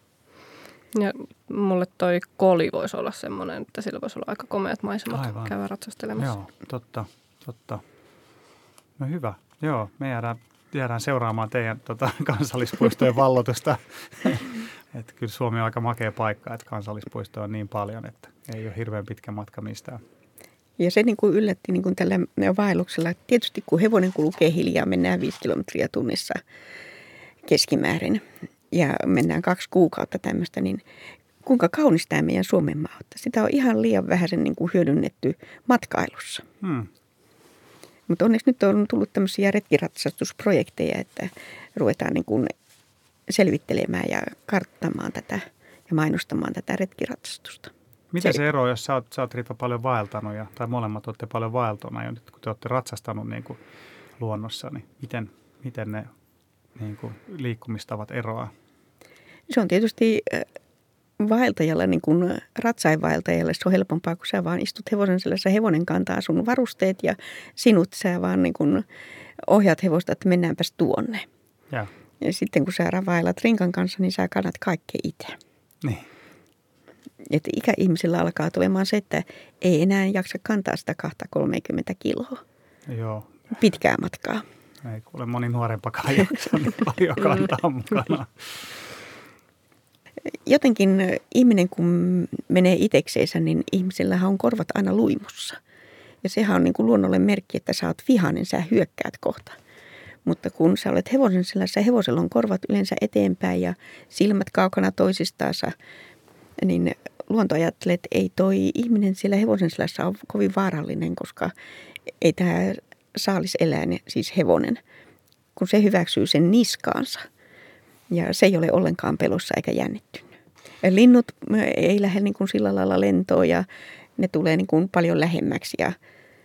Ja mulle toi Koli voisi olla semmoinen, että sillä voisi olla aika komeat maisemat Aivan. käydä ratsastelemassa. Joo, totta, totta. No hyvä. Joo, me jäädään, jäädään seuraamaan teidän tota, kansallispuistojen vallotusta. Että kyllä Suomi on aika makea paikka, että kansallispuisto on niin paljon, että ei ole hirveän pitkä matka mistään. Ja se niin kuin yllätti niin kuin tällä vaelluksella, että tietysti kun hevonen kulkee hiljaa, mennään viisi kilometriä tunnissa keskimäärin ja mennään kaksi kuukautta tämmöistä, niin kuinka kaunis tämä meidän Suomen maa on. Sitä on ihan liian vähäisen niin kuin hyödynnetty matkailussa. Hmm. Mutta onneksi nyt on tullut tämmöisiä retkiratsastusprojekteja, että ruvetaan niin kuin selvittelemään ja karttamaan tätä ja mainostamaan tätä retkiratsastusta. Mitä se ero, jos sä oot, sä oot Ritva paljon vaeltanut, ja, tai molemmat olette paljon vaeltuna, ja nyt kun te olette ratsastanut niin kuin luonnossa, niin miten, miten ne niin kuin liikkumistavat eroaa? Se on tietysti vaeltajalla, niin kuin ratsainvaeltajalle, se on helpompaa, kun sä vaan istut hevosen selässä, hevonen kantaa sun varusteet ja sinut sä vaan niin kuin ohjaat hevosta, että mennäänpäs tuonne. Ja, ja sitten kun sä vaellat rinkan kanssa, niin sä kannat kaikkea itse. Niin. Että ikäihmisillä alkaa tulemaan se, että ei enää jaksa kantaa sitä kaksikymmentä kolmekymmentä kiloa. Joo. Pitkää matkaa. Ei kuule moni nuorempakaan jaksa niin paljon kantaa mukana. Jotenkin ihminen kun menee itsekseensä, niin ihmisillähän on korvat aina luimussa. Ja sehän on niin kuin luonnolle merkki, että sä oot vihainen, sä hyökkäät kohta. Mutta kun sä olet hevosen selässä, hevosella on korvat yleensä eteenpäin ja silmät kaukana toisistaansa, niin luonto ajattelee, että ei toi ihminen siellä hevosen selässä ole kovin vaarallinen, koska ei tämä saaliseläin, siis hevonen, kun se hyväksyy sen niskaansa ja se ei ole ollenkaan pelossa eikä jännittynyt. Ja linnut ei lähde niin kuin sillä lailla lentoon ja ne tulee niin kuin paljon lähemmäksi ja,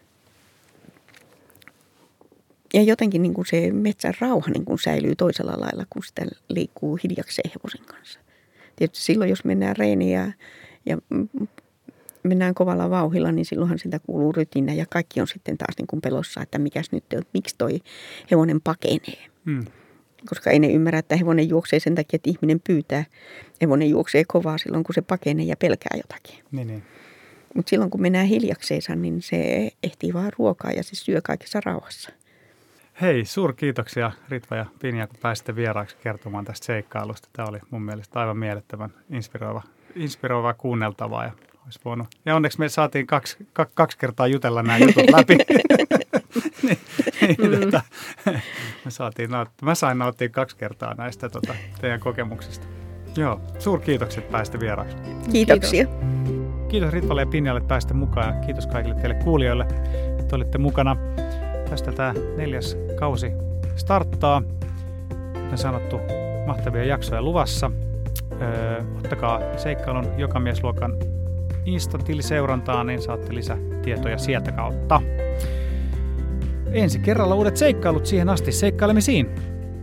ja jotenkin niin kuin se metsän rauha niin kuin säilyy toisella lailla, kun sitä liikkuu hiljakseen hevosen kanssa. Tietysti silloin, jos mennään reeniin ja, ja mennään kovalla vauhilla, niin silloinhan sitä kuuluu rytinä ja kaikki on sitten taas niin kuin pelossa, että mikäs nyt, miksi toi hevonen pakenee. Hmm. Koska ei ne ymmärrä, että hevonen juoksee sen takia, että ihminen pyytää. Hevonen juoksee kovaa silloin, kun se pakenee ja pelkää jotakin. Niin, niin. Mutta silloin, kun mennään hiljakseensa, niin se ehtii vaan ruokaa ja se syö kaikessa rauhassa. Hei, suurkiitoksia Ritva ja Pinja, kun pääsitte vieraaksi kertomaan tästä seikkailusta. Tämä oli mun mielestä aivan mielettömän inspiroiva, inspiroiva kuunneltavaa ja Olisi voinut. Ja onneksi me saatiin kaksi, kaksi kertaa jutella nämä jutut läpi. niin, niin, mm. tota, me saatiin naut- mä sain nauttia kaksi kertaa näistä tota, teidän kokemuksista. Joo, suurkiitokset päästä vieraaksi. Kiitoksia. Kiitos, kiitos Ritvalle ja Pinjalle, että pääsitte mukaan ja kiitos kaikille teille kuulijoille, että olitte mukana. Tästä tämä neljäs kausi starttaa. Kuten sanottu, mahtavia jaksoja luvassa. Öö, ottakaa seikkailun jokamiesluokan Insta-tiliseurantaa, niin saatte lisätietoja sieltä kautta. Ensi kerralla uudet seikkailut, siihen asti seikkailemisiin.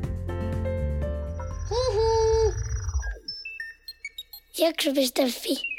Jakso piste fi